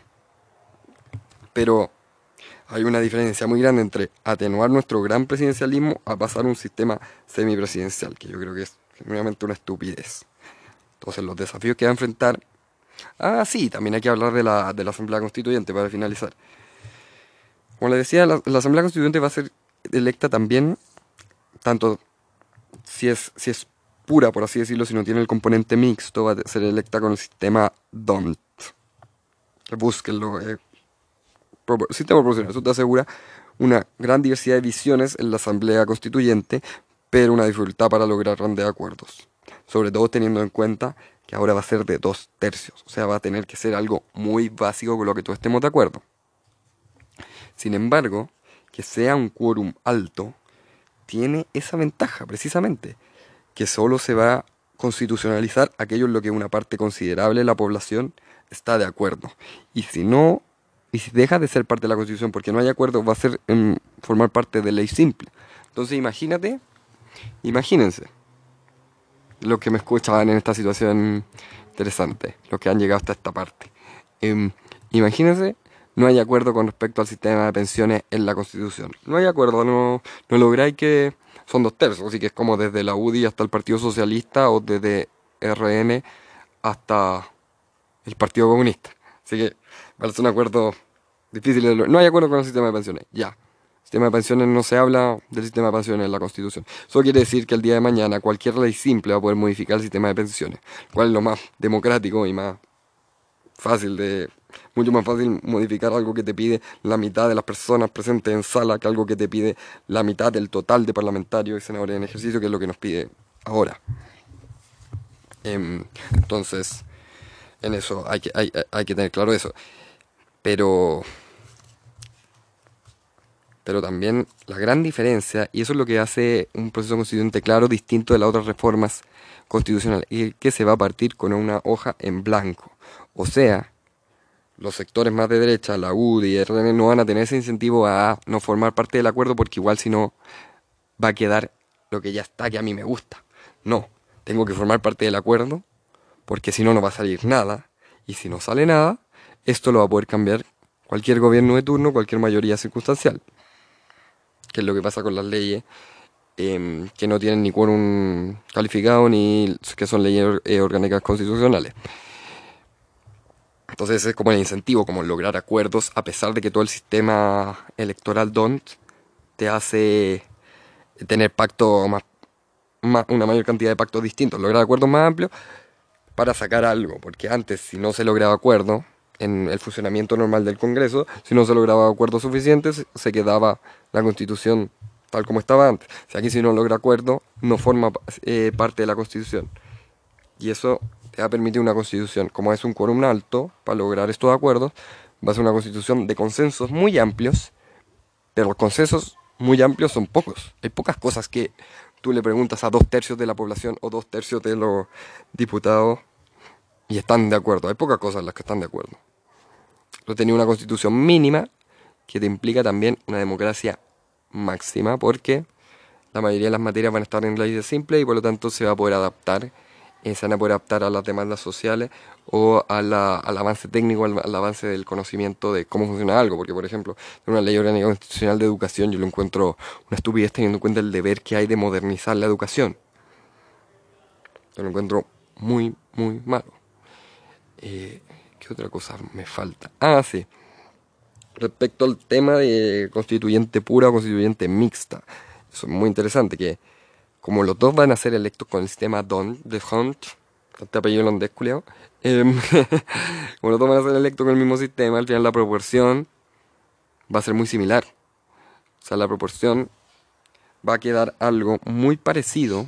S1: Pero hay una diferencia muy grande entre atenuar nuestro gran presidencialismo a pasar a un sistema semipresidencial, que yo creo que es genuinamente una estupidez. Entonces, los desafíos que va a enfrentar. Ah, sí, también hay que hablar de la, de la Asamblea Constituyente para finalizar. Como les decía, la, la Asamblea Constituyente va a ser electa también, tanto si es, si es pura, por así decirlo, si no tiene el componente mixto, va a ser electa con el sistema D O N T. Búsquenlo, eh, propor- sistema proporcional. Eso te asegura una gran diversidad de visiones en la Asamblea Constituyente, pero una dificultad para lograr grandes acuerdos. Sobre todo teniendo en cuenta que ahora va a ser de dos tercios. O sea, va a tener que ser algo muy básico con lo que todos estemos de acuerdo. Sin embargo, que sea un quórum alto tiene esa ventaja, precisamente, que solo se va a constitucionalizar aquello en lo que una parte considerable de la población está de acuerdo. Y si no, y si deja de ser parte de la Constitución porque no hay acuerdo, va a ser em, formar parte de ley simple. Entonces imagínate, imagínense, los que me escuchaban en esta situación interesante, los que han llegado hasta esta parte. Em, imagínense, no hay acuerdo con respecto al sistema de pensiones en la Constitución. No hay acuerdo, no, no lográis que... Son dos tercios, así que es como desde la U D I hasta el Partido Socialista o desde R N hasta el Partido Comunista. Así que parece un acuerdo difícil de lograr. No hay acuerdo con el sistema de pensiones, ya. Sistema de pensiones, no se habla del sistema de pensiones en la Constitución. Eso quiere decir que el día de mañana cualquier ley simple va a poder modificar el sistema de pensiones, cual es lo más democrático y más fácil de... Mucho más fácil modificar algo que te pide la mitad de las personas presentes en sala que algo que te pide la mitad del total de parlamentarios y senadores en ejercicio, que es lo que nos pide ahora. Em, entonces, en eso hay que, hay, hay que tener claro eso. Pero... Pero también la gran diferencia, y eso es lo que hace un proceso constituyente claro, distinto de las otras reformas constitucionales, es que se va a partir con una hoja en blanco. O sea, los sectores más de derecha, la U D I y R N, no van a tener ese incentivo a no formar parte del acuerdo porque igual si no va a quedar lo que ya está, que a mí me gusta. No, tengo que formar parte del acuerdo porque si no, no va a salir nada. Y si no sale nada, esto lo va a poder cambiar cualquier gobierno de turno, cualquier mayoría circunstancial. Que es lo que pasa con las leyes eh, que no tienen ni quórum calificado ni que son leyes eh, orgánicas constitucionales. Entonces ese es como el incentivo, como lograr acuerdos a pesar de que todo el sistema electoral D O N T te hace tener pactos más, más, una mayor cantidad de pactos distintos, lograr acuerdos más amplios para sacar algo, porque antes si no se lograba acuerdo en el funcionamiento normal del Congreso, si no se lograba acuerdos suficientes, se quedaba la Constitución tal como estaba antes. Si aquí si no logra acuerdo, no forma eh, parte de la Constitución. Y eso te va a permitir una Constitución, como es un quórum alto, para lograr estos acuerdos, va a ser una Constitución de consensos muy amplios, pero los consensos muy amplios son pocos. Hay pocas cosas que tú le preguntas a dos tercios de la población o dos tercios de los diputados y están de acuerdo. Hay pocas cosas en las que están de acuerdo. Lo tenía una constitución mínima que te implica también una democracia máxima porque la mayoría de las materias van a estar en leyes simples y por lo tanto se va a poder adaptar, eh, se van a poder adaptar a las demandas sociales o a la, al avance técnico, al, al avance del conocimiento de cómo funciona algo. Porque, por ejemplo, en una ley orgánica constitucional de educación yo lo encuentro una estupidez teniendo en cuenta el deber que hay de modernizar la educación. Yo lo encuentro muy, muy malo. Eh, ¿Qué otra cosa me falta? Ah, sí. Respecto al tema de constituyente pura o constituyente mixta. Eso es muy interesante, que como los dos van a ser electos con el sistema D O N, de Hunt, este apellido holandés, culiao, eh, como los dos van a ser electos con el mismo sistema, al final la proporción va a ser muy similar. O sea, la proporción va a quedar algo muy parecido.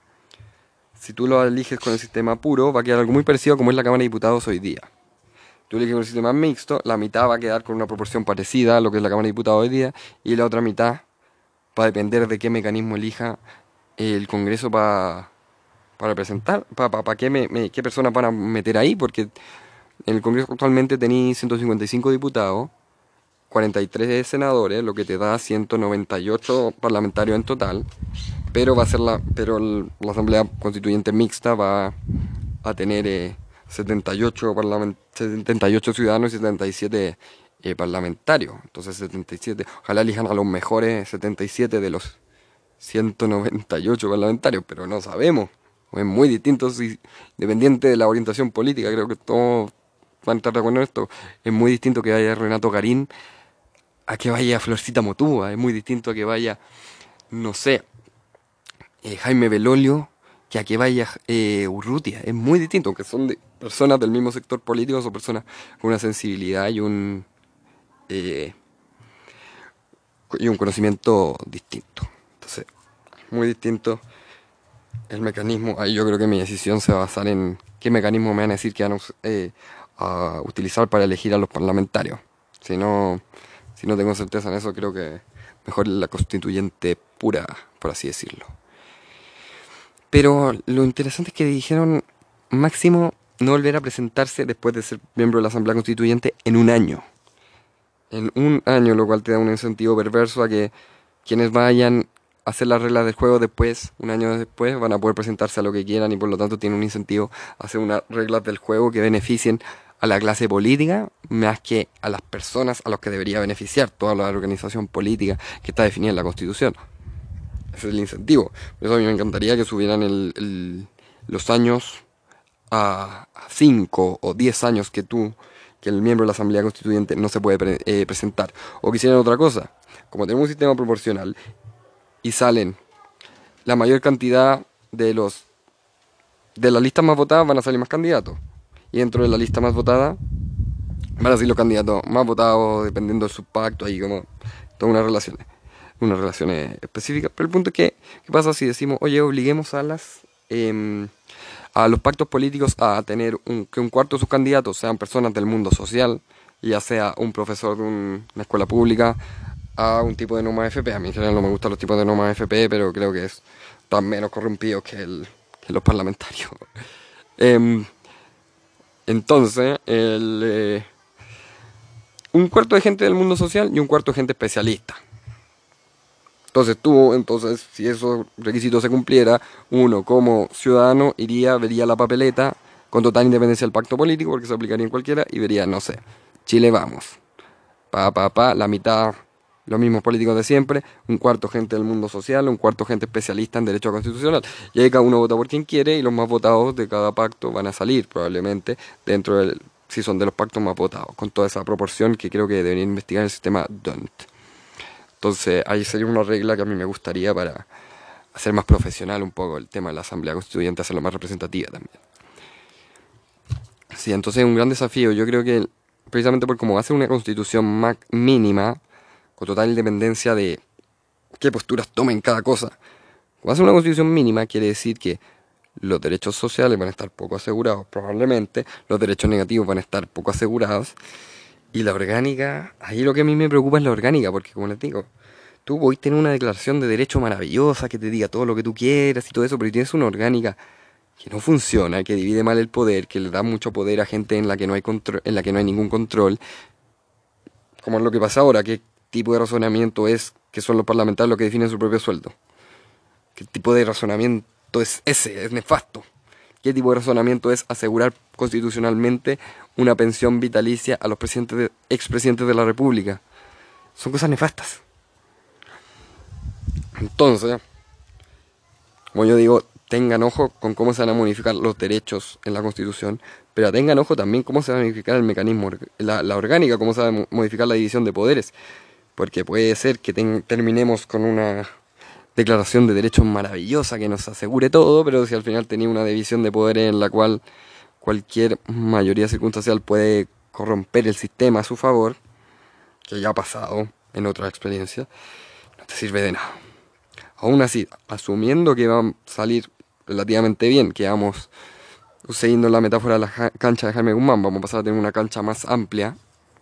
S1: Si tú lo eliges con el sistema puro, va a quedar algo muy parecido a como es la Cámara de Diputados hoy día. Tú eliges un sistema mixto, la mitad va a quedar con una proporción parecida a lo que es la Cámara de Diputados hoy día, y la otra mitad va a depender de qué mecanismo elija el Congreso para pa representar, para pa, pa qué, me, me, qué personas van a meter ahí, porque en el Congreso actualmente tenéis ciento cincuenta y cinco diputados, cuarenta y tres senadores, lo que te da ciento noventa y ocho parlamentarios en total, pero va a ser la, pero el, la Asamblea Constituyente Mixta va a tener eh, setenta y ocho, setenta y ocho ciudadanos y setenta y siete eh, parlamentarios. Entonces setenta y siete, ojalá elijan a los mejores setenta y siete de los ciento noventa y ocho parlamentarios, pero no sabemos. Es muy distinto, si, dependiente de la orientación política, creo que todos van a estar de acuerdo en esto. Es muy distinto que vaya Renato Garín a que vaya Florcita Motúa, es muy distinto a que vaya, no sé, eh, Jaime Belolio, que a que vaya eh, Urrutia. Es muy distinto, aunque son de personas del mismo sector político, son personas con una sensibilidad y un eh, y un conocimiento distinto. Entonces, muy distinto el mecanismo. Ahí yo creo que mi decisión se va a basar en qué mecanismo me van a decir que van a, eh, a utilizar para elegir a los parlamentarios. Si no, si no tengo certeza en eso, creo que mejor la constituyente pura, por así decirlo. Pero lo interesante es que dijeron máximo no volver a presentarse después de ser miembro de la Asamblea Constituyente en un año. En un año, lo cual te da un incentivo perverso a que quienes vayan a hacer las reglas del juego después, un año después, van a poder presentarse a lo que quieran y por lo tanto tienen un incentivo a hacer unas reglas del juego que beneficien a la clase política más que a las personas a los que debería beneficiar toda la organización política que está definida en la Constitución. Ese es el incentivo. Por eso a mí me encantaría que subieran el, el, los años a cinco o diez años que tú, que el miembro de la Asamblea Constituyente no se puede pre eh, presentar. O que hicieran otra cosa. Como tenemos un sistema proporcional y salen la mayor cantidad de los de las listas más votadas, van a salir más candidatos. Y dentro de la lista más votada van a salir los candidatos más votados dependiendo del subpacto, ahí como todas unas relaciones, unas relaciones específicas. Pero el punto es que, ¿qué pasa si decimos, oye, obliguemos a las eh, a los pactos políticos a tener un, que un cuarto de sus candidatos sean personas del mundo social, ya sea un profesor de un, una escuela pública, a un tipo de Noma F P? A mí en general no me gustan los tipos de Noma F P, pero creo que es tan menos corrompidos que, el, que los parlamentarios. eh, entonces, el, eh, un cuarto de gente del mundo social y un cuarto de gente especialista. Entonces tú, entonces, si esos requisitos se cumpliera, uno como ciudadano iría, vería la papeleta con total independencia del pacto político, porque se aplicaría en cualquiera, y vería, no sé, Chile vamos, pa, pa, pa, la mitad, los mismos políticos de siempre, un cuarto gente del mundo social, un cuarto gente especialista en derecho constitucional. Y ahí cada uno vota por quien quiere, y los más votados de cada pacto van a salir, probablemente, dentro del, si son de los pactos más votados, con toda esa proporción que creo que debería investigar el sistema D O N T. Entonces ahí sería una regla que a mí me gustaría para hacer más profesional un poco el tema de la Asamblea Constituyente, hacerlo más representativa también. Sí, entonces es un gran desafío. Yo creo que precisamente por cómo va a ser una constitución más mínima, con total independencia de qué posturas tomen cada cosa, como va a ser una constitución mínima, quiere decir que los derechos sociales van a estar poco asegurados, probablemente, los derechos negativos van a estar poco asegurados, y la orgánica, ahí lo que a mí me preocupa es la orgánica, porque como les digo, tú podés tener una declaración de derecho maravillosa que te diga todo lo que tú quieras y todo eso, pero si tienes una orgánica que no funciona, que divide mal el poder, que le da mucho poder a gente en la que no hay control, en la que no hay ningún control, como es lo que pasa ahora, qué tipo de razonamiento es que son los parlamentarios los que definen su propio sueldo. ¿Qué tipo de razonamiento es ese? Es nefasto. ¿Qué tipo de razonamiento es asegurar constitucionalmente una pensión vitalicia a los presidentes de, expresidentes de la República? Son cosas nefastas. Entonces, como yo digo, tengan ojo con cómo se van a modificar los derechos en la Constitución, pero tengan ojo también cómo se va a modificar el mecanismo, la, la orgánica, cómo se va a modificar la división de poderes, porque puede ser que ten, terminemos con una declaración de derechos maravillosa que nos asegure todo, pero si al final tenía una división de poderes en la cual cualquier mayoría circunstancial puede corromper el sistema a su favor, que ya ha pasado en otras experiencias, no te sirve de nada. Aún así, asumiendo que va a salir relativamente bien, que vamos, siguiendo la metáfora de la cancha de Jaime Guzmán, vamos a pasar a tener una cancha más amplia,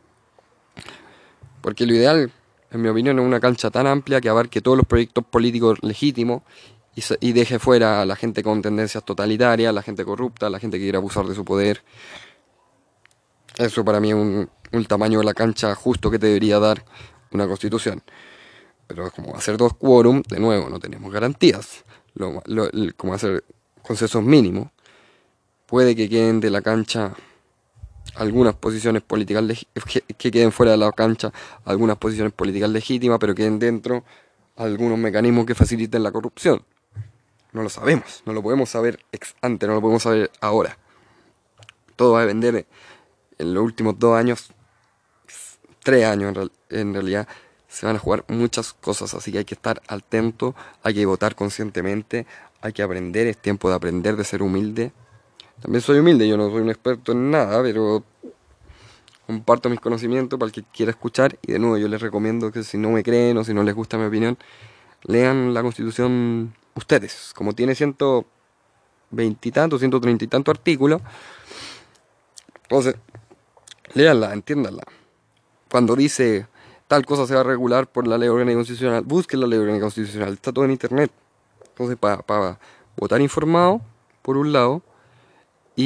S1: porque lo ideal, en mi opinión, es una cancha tan amplia que abarque todos los proyectos políticos legítimos y, se, y deje fuera a la gente con tendencias totalitarias, a la gente corrupta, a la gente que quiere abusar de su poder. Eso para mí es un, un tamaño de la cancha justo que te debería dar una constitución. Pero como va a ser dos quórum, de nuevo, no tenemos garantías. Lo, lo, como va a ser consensos mínimos, puede que queden de la cancha algunas posiciones políticas que, que queden fuera de la cancha algunas posiciones políticas legítimas, pero queden dentro algunos mecanismos que faciliten la corrupción. No lo sabemos, no lo podemos saber ex ante, no lo podemos saber ahora. Todo va a depender en los últimos dos años, tres años en, real, en realidad, se van a jugar muchas cosas, así que hay que estar atento, hay que votar conscientemente, hay que aprender, es tiempo de aprender, de ser humilde. También soy humilde, yo no soy un experto en nada, pero comparto mis conocimientos para el que quiera escuchar. Y de nuevo yo les recomiendo que si no me creen o si no les gusta mi opinión, lean la Constitución ustedes. Como tiene ciento veinte y tantos, ciento treinta y tantos artículos, entonces, léanla, entiéndanla. Cuando dice tal cosa se va a regular por la ley orgánica constitucional, busquen la ley orgánica constitucional, está todo en internet. Entonces, para pa votar informado, por un lado, y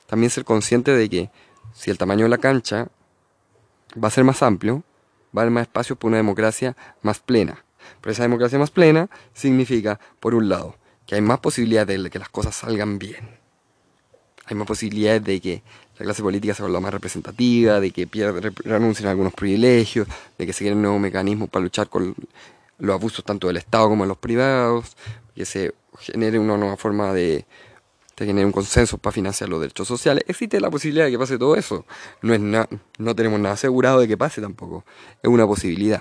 S1: también ser consciente de que si el tamaño de la cancha va a ser más amplio, va a haber más espacio para una democracia más plena. Pero esa democracia más plena significa, por un lado, que hay más posibilidades de que las cosas salgan bien. Hay más posibilidades de que la clase política se vuelva más representativa, de que pierda, renuncien a algunos privilegios, de que se creen nuevos mecanismos para luchar con los abusos tanto del Estado como de los privados, que se genere una nueva forma de, de generar un consenso para financiar los derechos sociales. Existe la posibilidad de que pase todo eso. No es na- no tenemos nada asegurado de que pase tampoco. Es una posibilidad.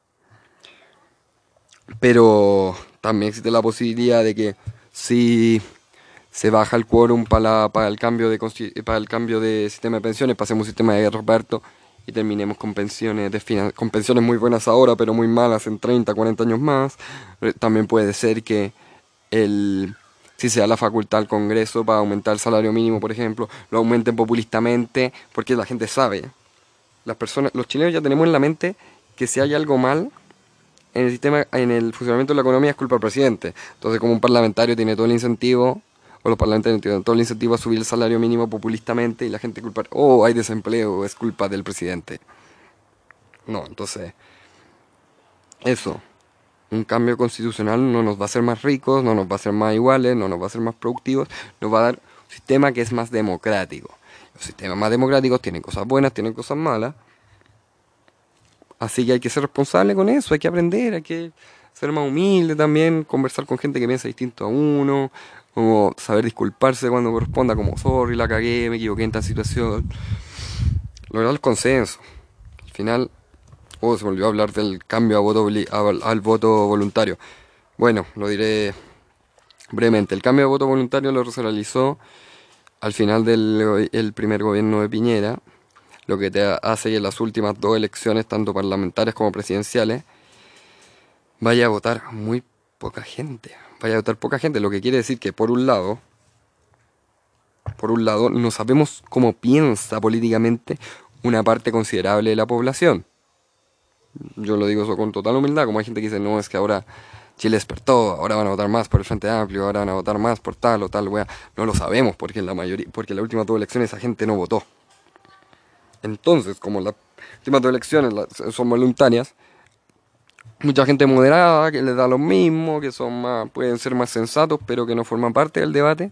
S1: Pero también existe la posibilidad de que si se baja el quórum para, para, el cambio de, para el cambio de sistema de pensiones, pasemos un sistema de reparto y terminemos con pensiones, de con pensiones muy buenas ahora, pero muy malas en treinta, cuarenta años más. También puede ser que el, si se da la facultad al Congreso para aumentar el salario mínimo, por ejemplo, lo aumenten populistamente, porque la gente sabe. Las personas, los chilenos ya tenemos en la mente que si hay algo mal en el sistema, en el funcionamiento de la economía es culpa del presidente. Entonces, como un parlamentario tiene todo el incentivo, o los parlamentarios tienen todo el incentivo a subir el salario mínimo populistamente y la gente culpa, oh, hay desempleo, es culpa del presidente. No, entonces, eso. Un cambio constitucional no nos va a hacer más ricos, no nos va a hacer más iguales, no nos va a hacer más productivos, nos va a dar un sistema que es más democrático. Los sistemas más democráticos tienen cosas buenas, tienen cosas malas. Así que hay que ser responsable con eso, hay que aprender, hay que ser más humilde también, conversar con gente que piensa distinto a uno, como saber disculparse cuando corresponda, como sorry, la cagué, me equivoqué en tal situación. Lograr el consenso. Al final, oh, se volvió a hablar del cambio a voto, al, al voto voluntario. Bueno, lo diré brevemente. El cambio de voto voluntario lo se realizó al final del el primer gobierno de Piñera, lo que te hace que en las últimas dos elecciones, tanto parlamentarias como presidenciales, vaya a votar muy poca gente. Vaya a votar poca gente, lo que quiere decir que por un lado, por un lado, no sabemos cómo piensa políticamente una parte considerable de la población. Yo lo digo eso con total humildad, como hay gente que dice, no, es que ahora Chile despertó, ahora van a votar más por el Frente Amplio, ahora van a votar más por tal o tal, wea. No lo sabemos, porque en la mayoría, porque en las últimas dos elecciones esa gente no votó. Entonces, como las últimas dos elecciones son voluntarias, mucha gente moderada, que les da lo mismo, que son más, pueden ser más sensatos, pero que no forman parte del debate,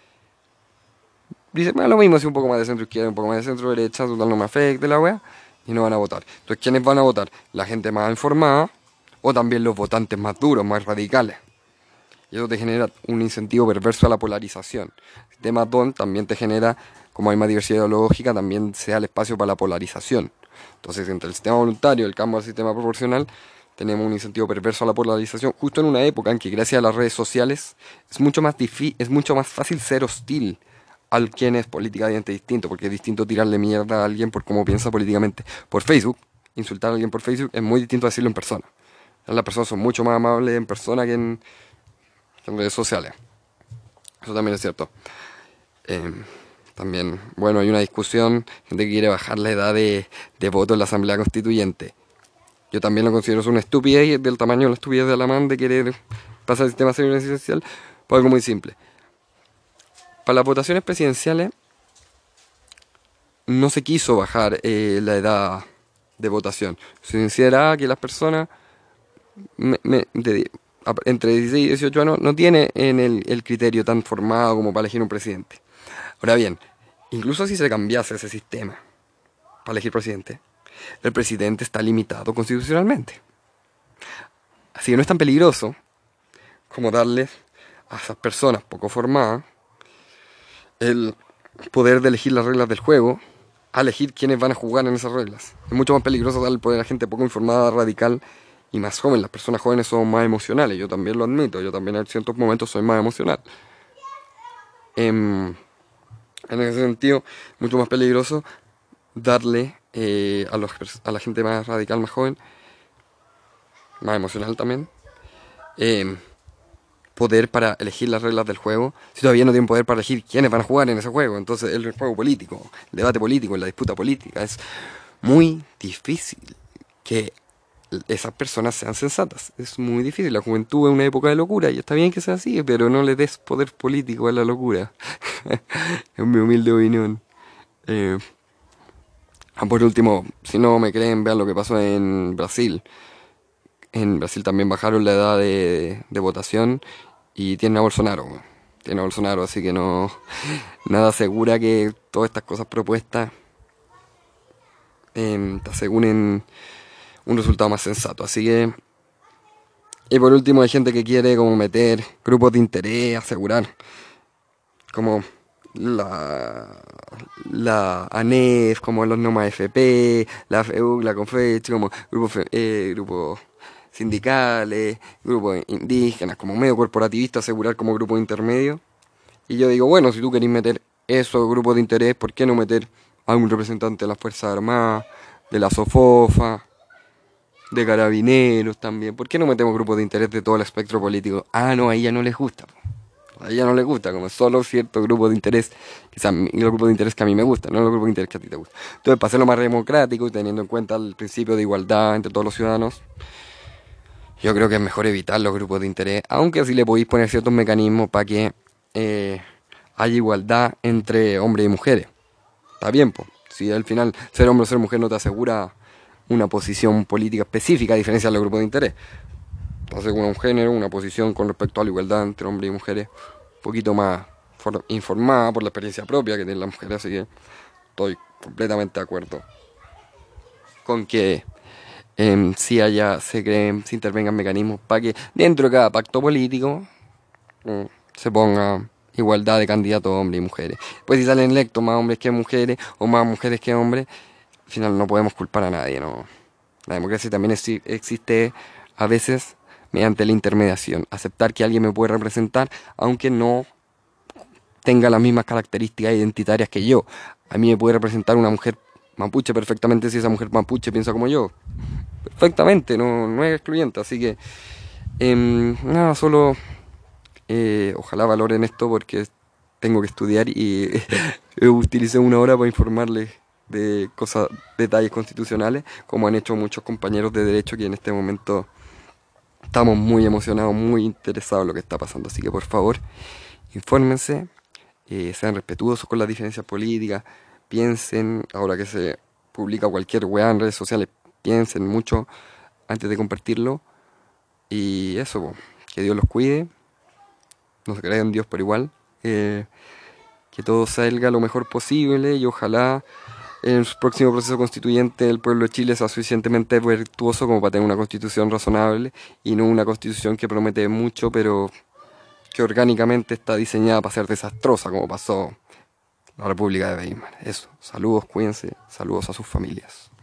S1: dice, bueno, lo mismo si un poco más de centro izquierda, un poco más de centro derecha, total no me afecte la wea, y no van a votar. Entonces, ¿quiénes van a votar? La gente más informada, o también los votantes más duros, más radicales. Y eso te genera un incentivo perverso a la polarización. El sistema D O N también te genera, como hay más diversidad ideológica, también se da el espacio para la polarización. Entonces, entre el sistema voluntario y el cambio al sistema proporcional, tenemos un incentivo perverso a la polarización, justo en una época en que gracias a las redes sociales es mucho más difí- es mucho más fácil ser hostil al quien es políticamente distinto, porque es distinto tirarle mierda a alguien por cómo piensa políticamente por Facebook. Insultar a alguien por Facebook es muy distinto a decirlo en persona. Las personas son mucho más amables en persona que en, que en redes sociales. Eso también es cierto. Eh, también, bueno, hay una discusión, gente que quiere bajar la edad de, de voto en la Asamblea Constituyente. Yo también lo considero una estupidez, del tamaño de la estupidez de Alamán de querer pasar el sistema presidencial por algo muy simple. Para las votaciones presidenciales no se quiso bajar eh, la edad de votación. Se consideraba que las personas me, me, de, entre dieciséis y dieciocho años no tienen en el, el criterio tan formado como para elegir un presidente. Ahora bien, incluso si se cambiase ese sistema para elegir presidente, el presidente está limitado constitucionalmente. Así que no es tan peligroso como darles a esas personas poco formadas el poder de elegir las reglas del juego, a elegir quiénes van a jugar en esas reglas. Es mucho más peligroso darle el poder a gente poco informada, radical y más joven. Las personas jóvenes son más emocionales, yo también lo admito, yo también en ciertos momentos soy más emocional. En, en ese sentido, mucho más peligroso darle eh, a, los, a la gente más radical, más joven, más emocional también, eh, poder para elegir las reglas del juego, si todavía no tienen poder para elegir quiénes van a jugar en ese juego. Entonces el juego político, el debate político, la disputa política es muy difícil que esas personas sean sensatas. Es muy difícil. La juventud es una época de locura y está bien que sea así, pero no le des poder político a la locura. Es mi humilde opinión. Eh, ah, por último, si no me creen, vean lo que pasó en Brasil. En Brasil también bajaron la edad de, de votación y tienen a Bolsonaro. Tienen a Bolsonaro, así que no. Nada asegura que todas estas cosas propuestas eh, te aseguren un resultado más sensato. Así que. Y por último, hay gente que quiere como meter grupos de interés, asegurar. Como la, la ANEF, como los Noma F P, la F E U, la CONFECH, como grupos, fe- eh, grupos sindicales, grupos indígenas, como medio corporativista, asegurar como grupo intermedio. Y yo digo, bueno, si tú querés meter esos grupos de interés, ¿por qué no meter a un representante de las Fuerzas Armadas, de la SOFOFA, de carabineros también? ¿Por qué no metemos grupos de interés de todo el espectro político? Ah, no, a ella no les gusta. A ella no le gusta, como solo cierto grupo de interés, quizás los grupos de interés que a mí me gustan, no los grupos de interés que a ti te gustan. Entonces, para hacerlo más democrático y teniendo en cuenta el principio de igualdad entre todos los ciudadanos, yo creo que es mejor evitar los grupos de interés, aunque así le podéis poner ciertos mecanismos para que eh, haya igualdad entre hombres y mujeres. Está bien, pues. Si al final ser hombre o ser mujer no te asegura una posición política específica, a diferencia de los grupos de interés. Te asegura un género, una posición con respecto a la igualdad entre hombres y mujeres un poquito más informada por la experiencia propia que tienen las mujeres, así que estoy completamente de acuerdo con que eh, si haya, se creen, se intervengan mecanismos para que dentro de cada pacto político eh, se ponga igualdad de candidatos hombres y mujeres. Pues si salen electos más hombres que mujeres o más mujeres que hombres, al final no podemos culpar a nadie, ¿no? La democracia también exi- existe a veces mediante la intermediación, aceptar que alguien me puede representar aunque no tenga las mismas características identitarias que yo. A mí me puede representar una mujer mapuche perfectamente si esa mujer mapuche piensa como yo. Perfectamente, no, no es excluyente. Así que, em, nada, solo eh, ojalá valoren esto porque tengo que estudiar y utilicé una hora para informarles de cosas, detalles constitucionales, como han hecho muchos compañeros de derecho que en este momento estamos muy emocionados, muy interesados en lo que está pasando. Así que por favor, infórmense, eh, sean respetuosos con las diferencias políticas, piensen, ahora que se publica cualquier weá en redes sociales, piensen mucho antes de compartirlo. Y eso, po, que Dios los cuide, no se crean en Dios por igual, eh, que todo salga lo mejor posible y ojalá en el próximo proceso constituyente el pueblo de Chile sea suficientemente virtuoso como para tener una constitución razonable y no una constitución que promete mucho pero que orgánicamente está diseñada para ser desastrosa como pasó la República de Weimar. Eso, saludos, cuídense, saludos a sus familias.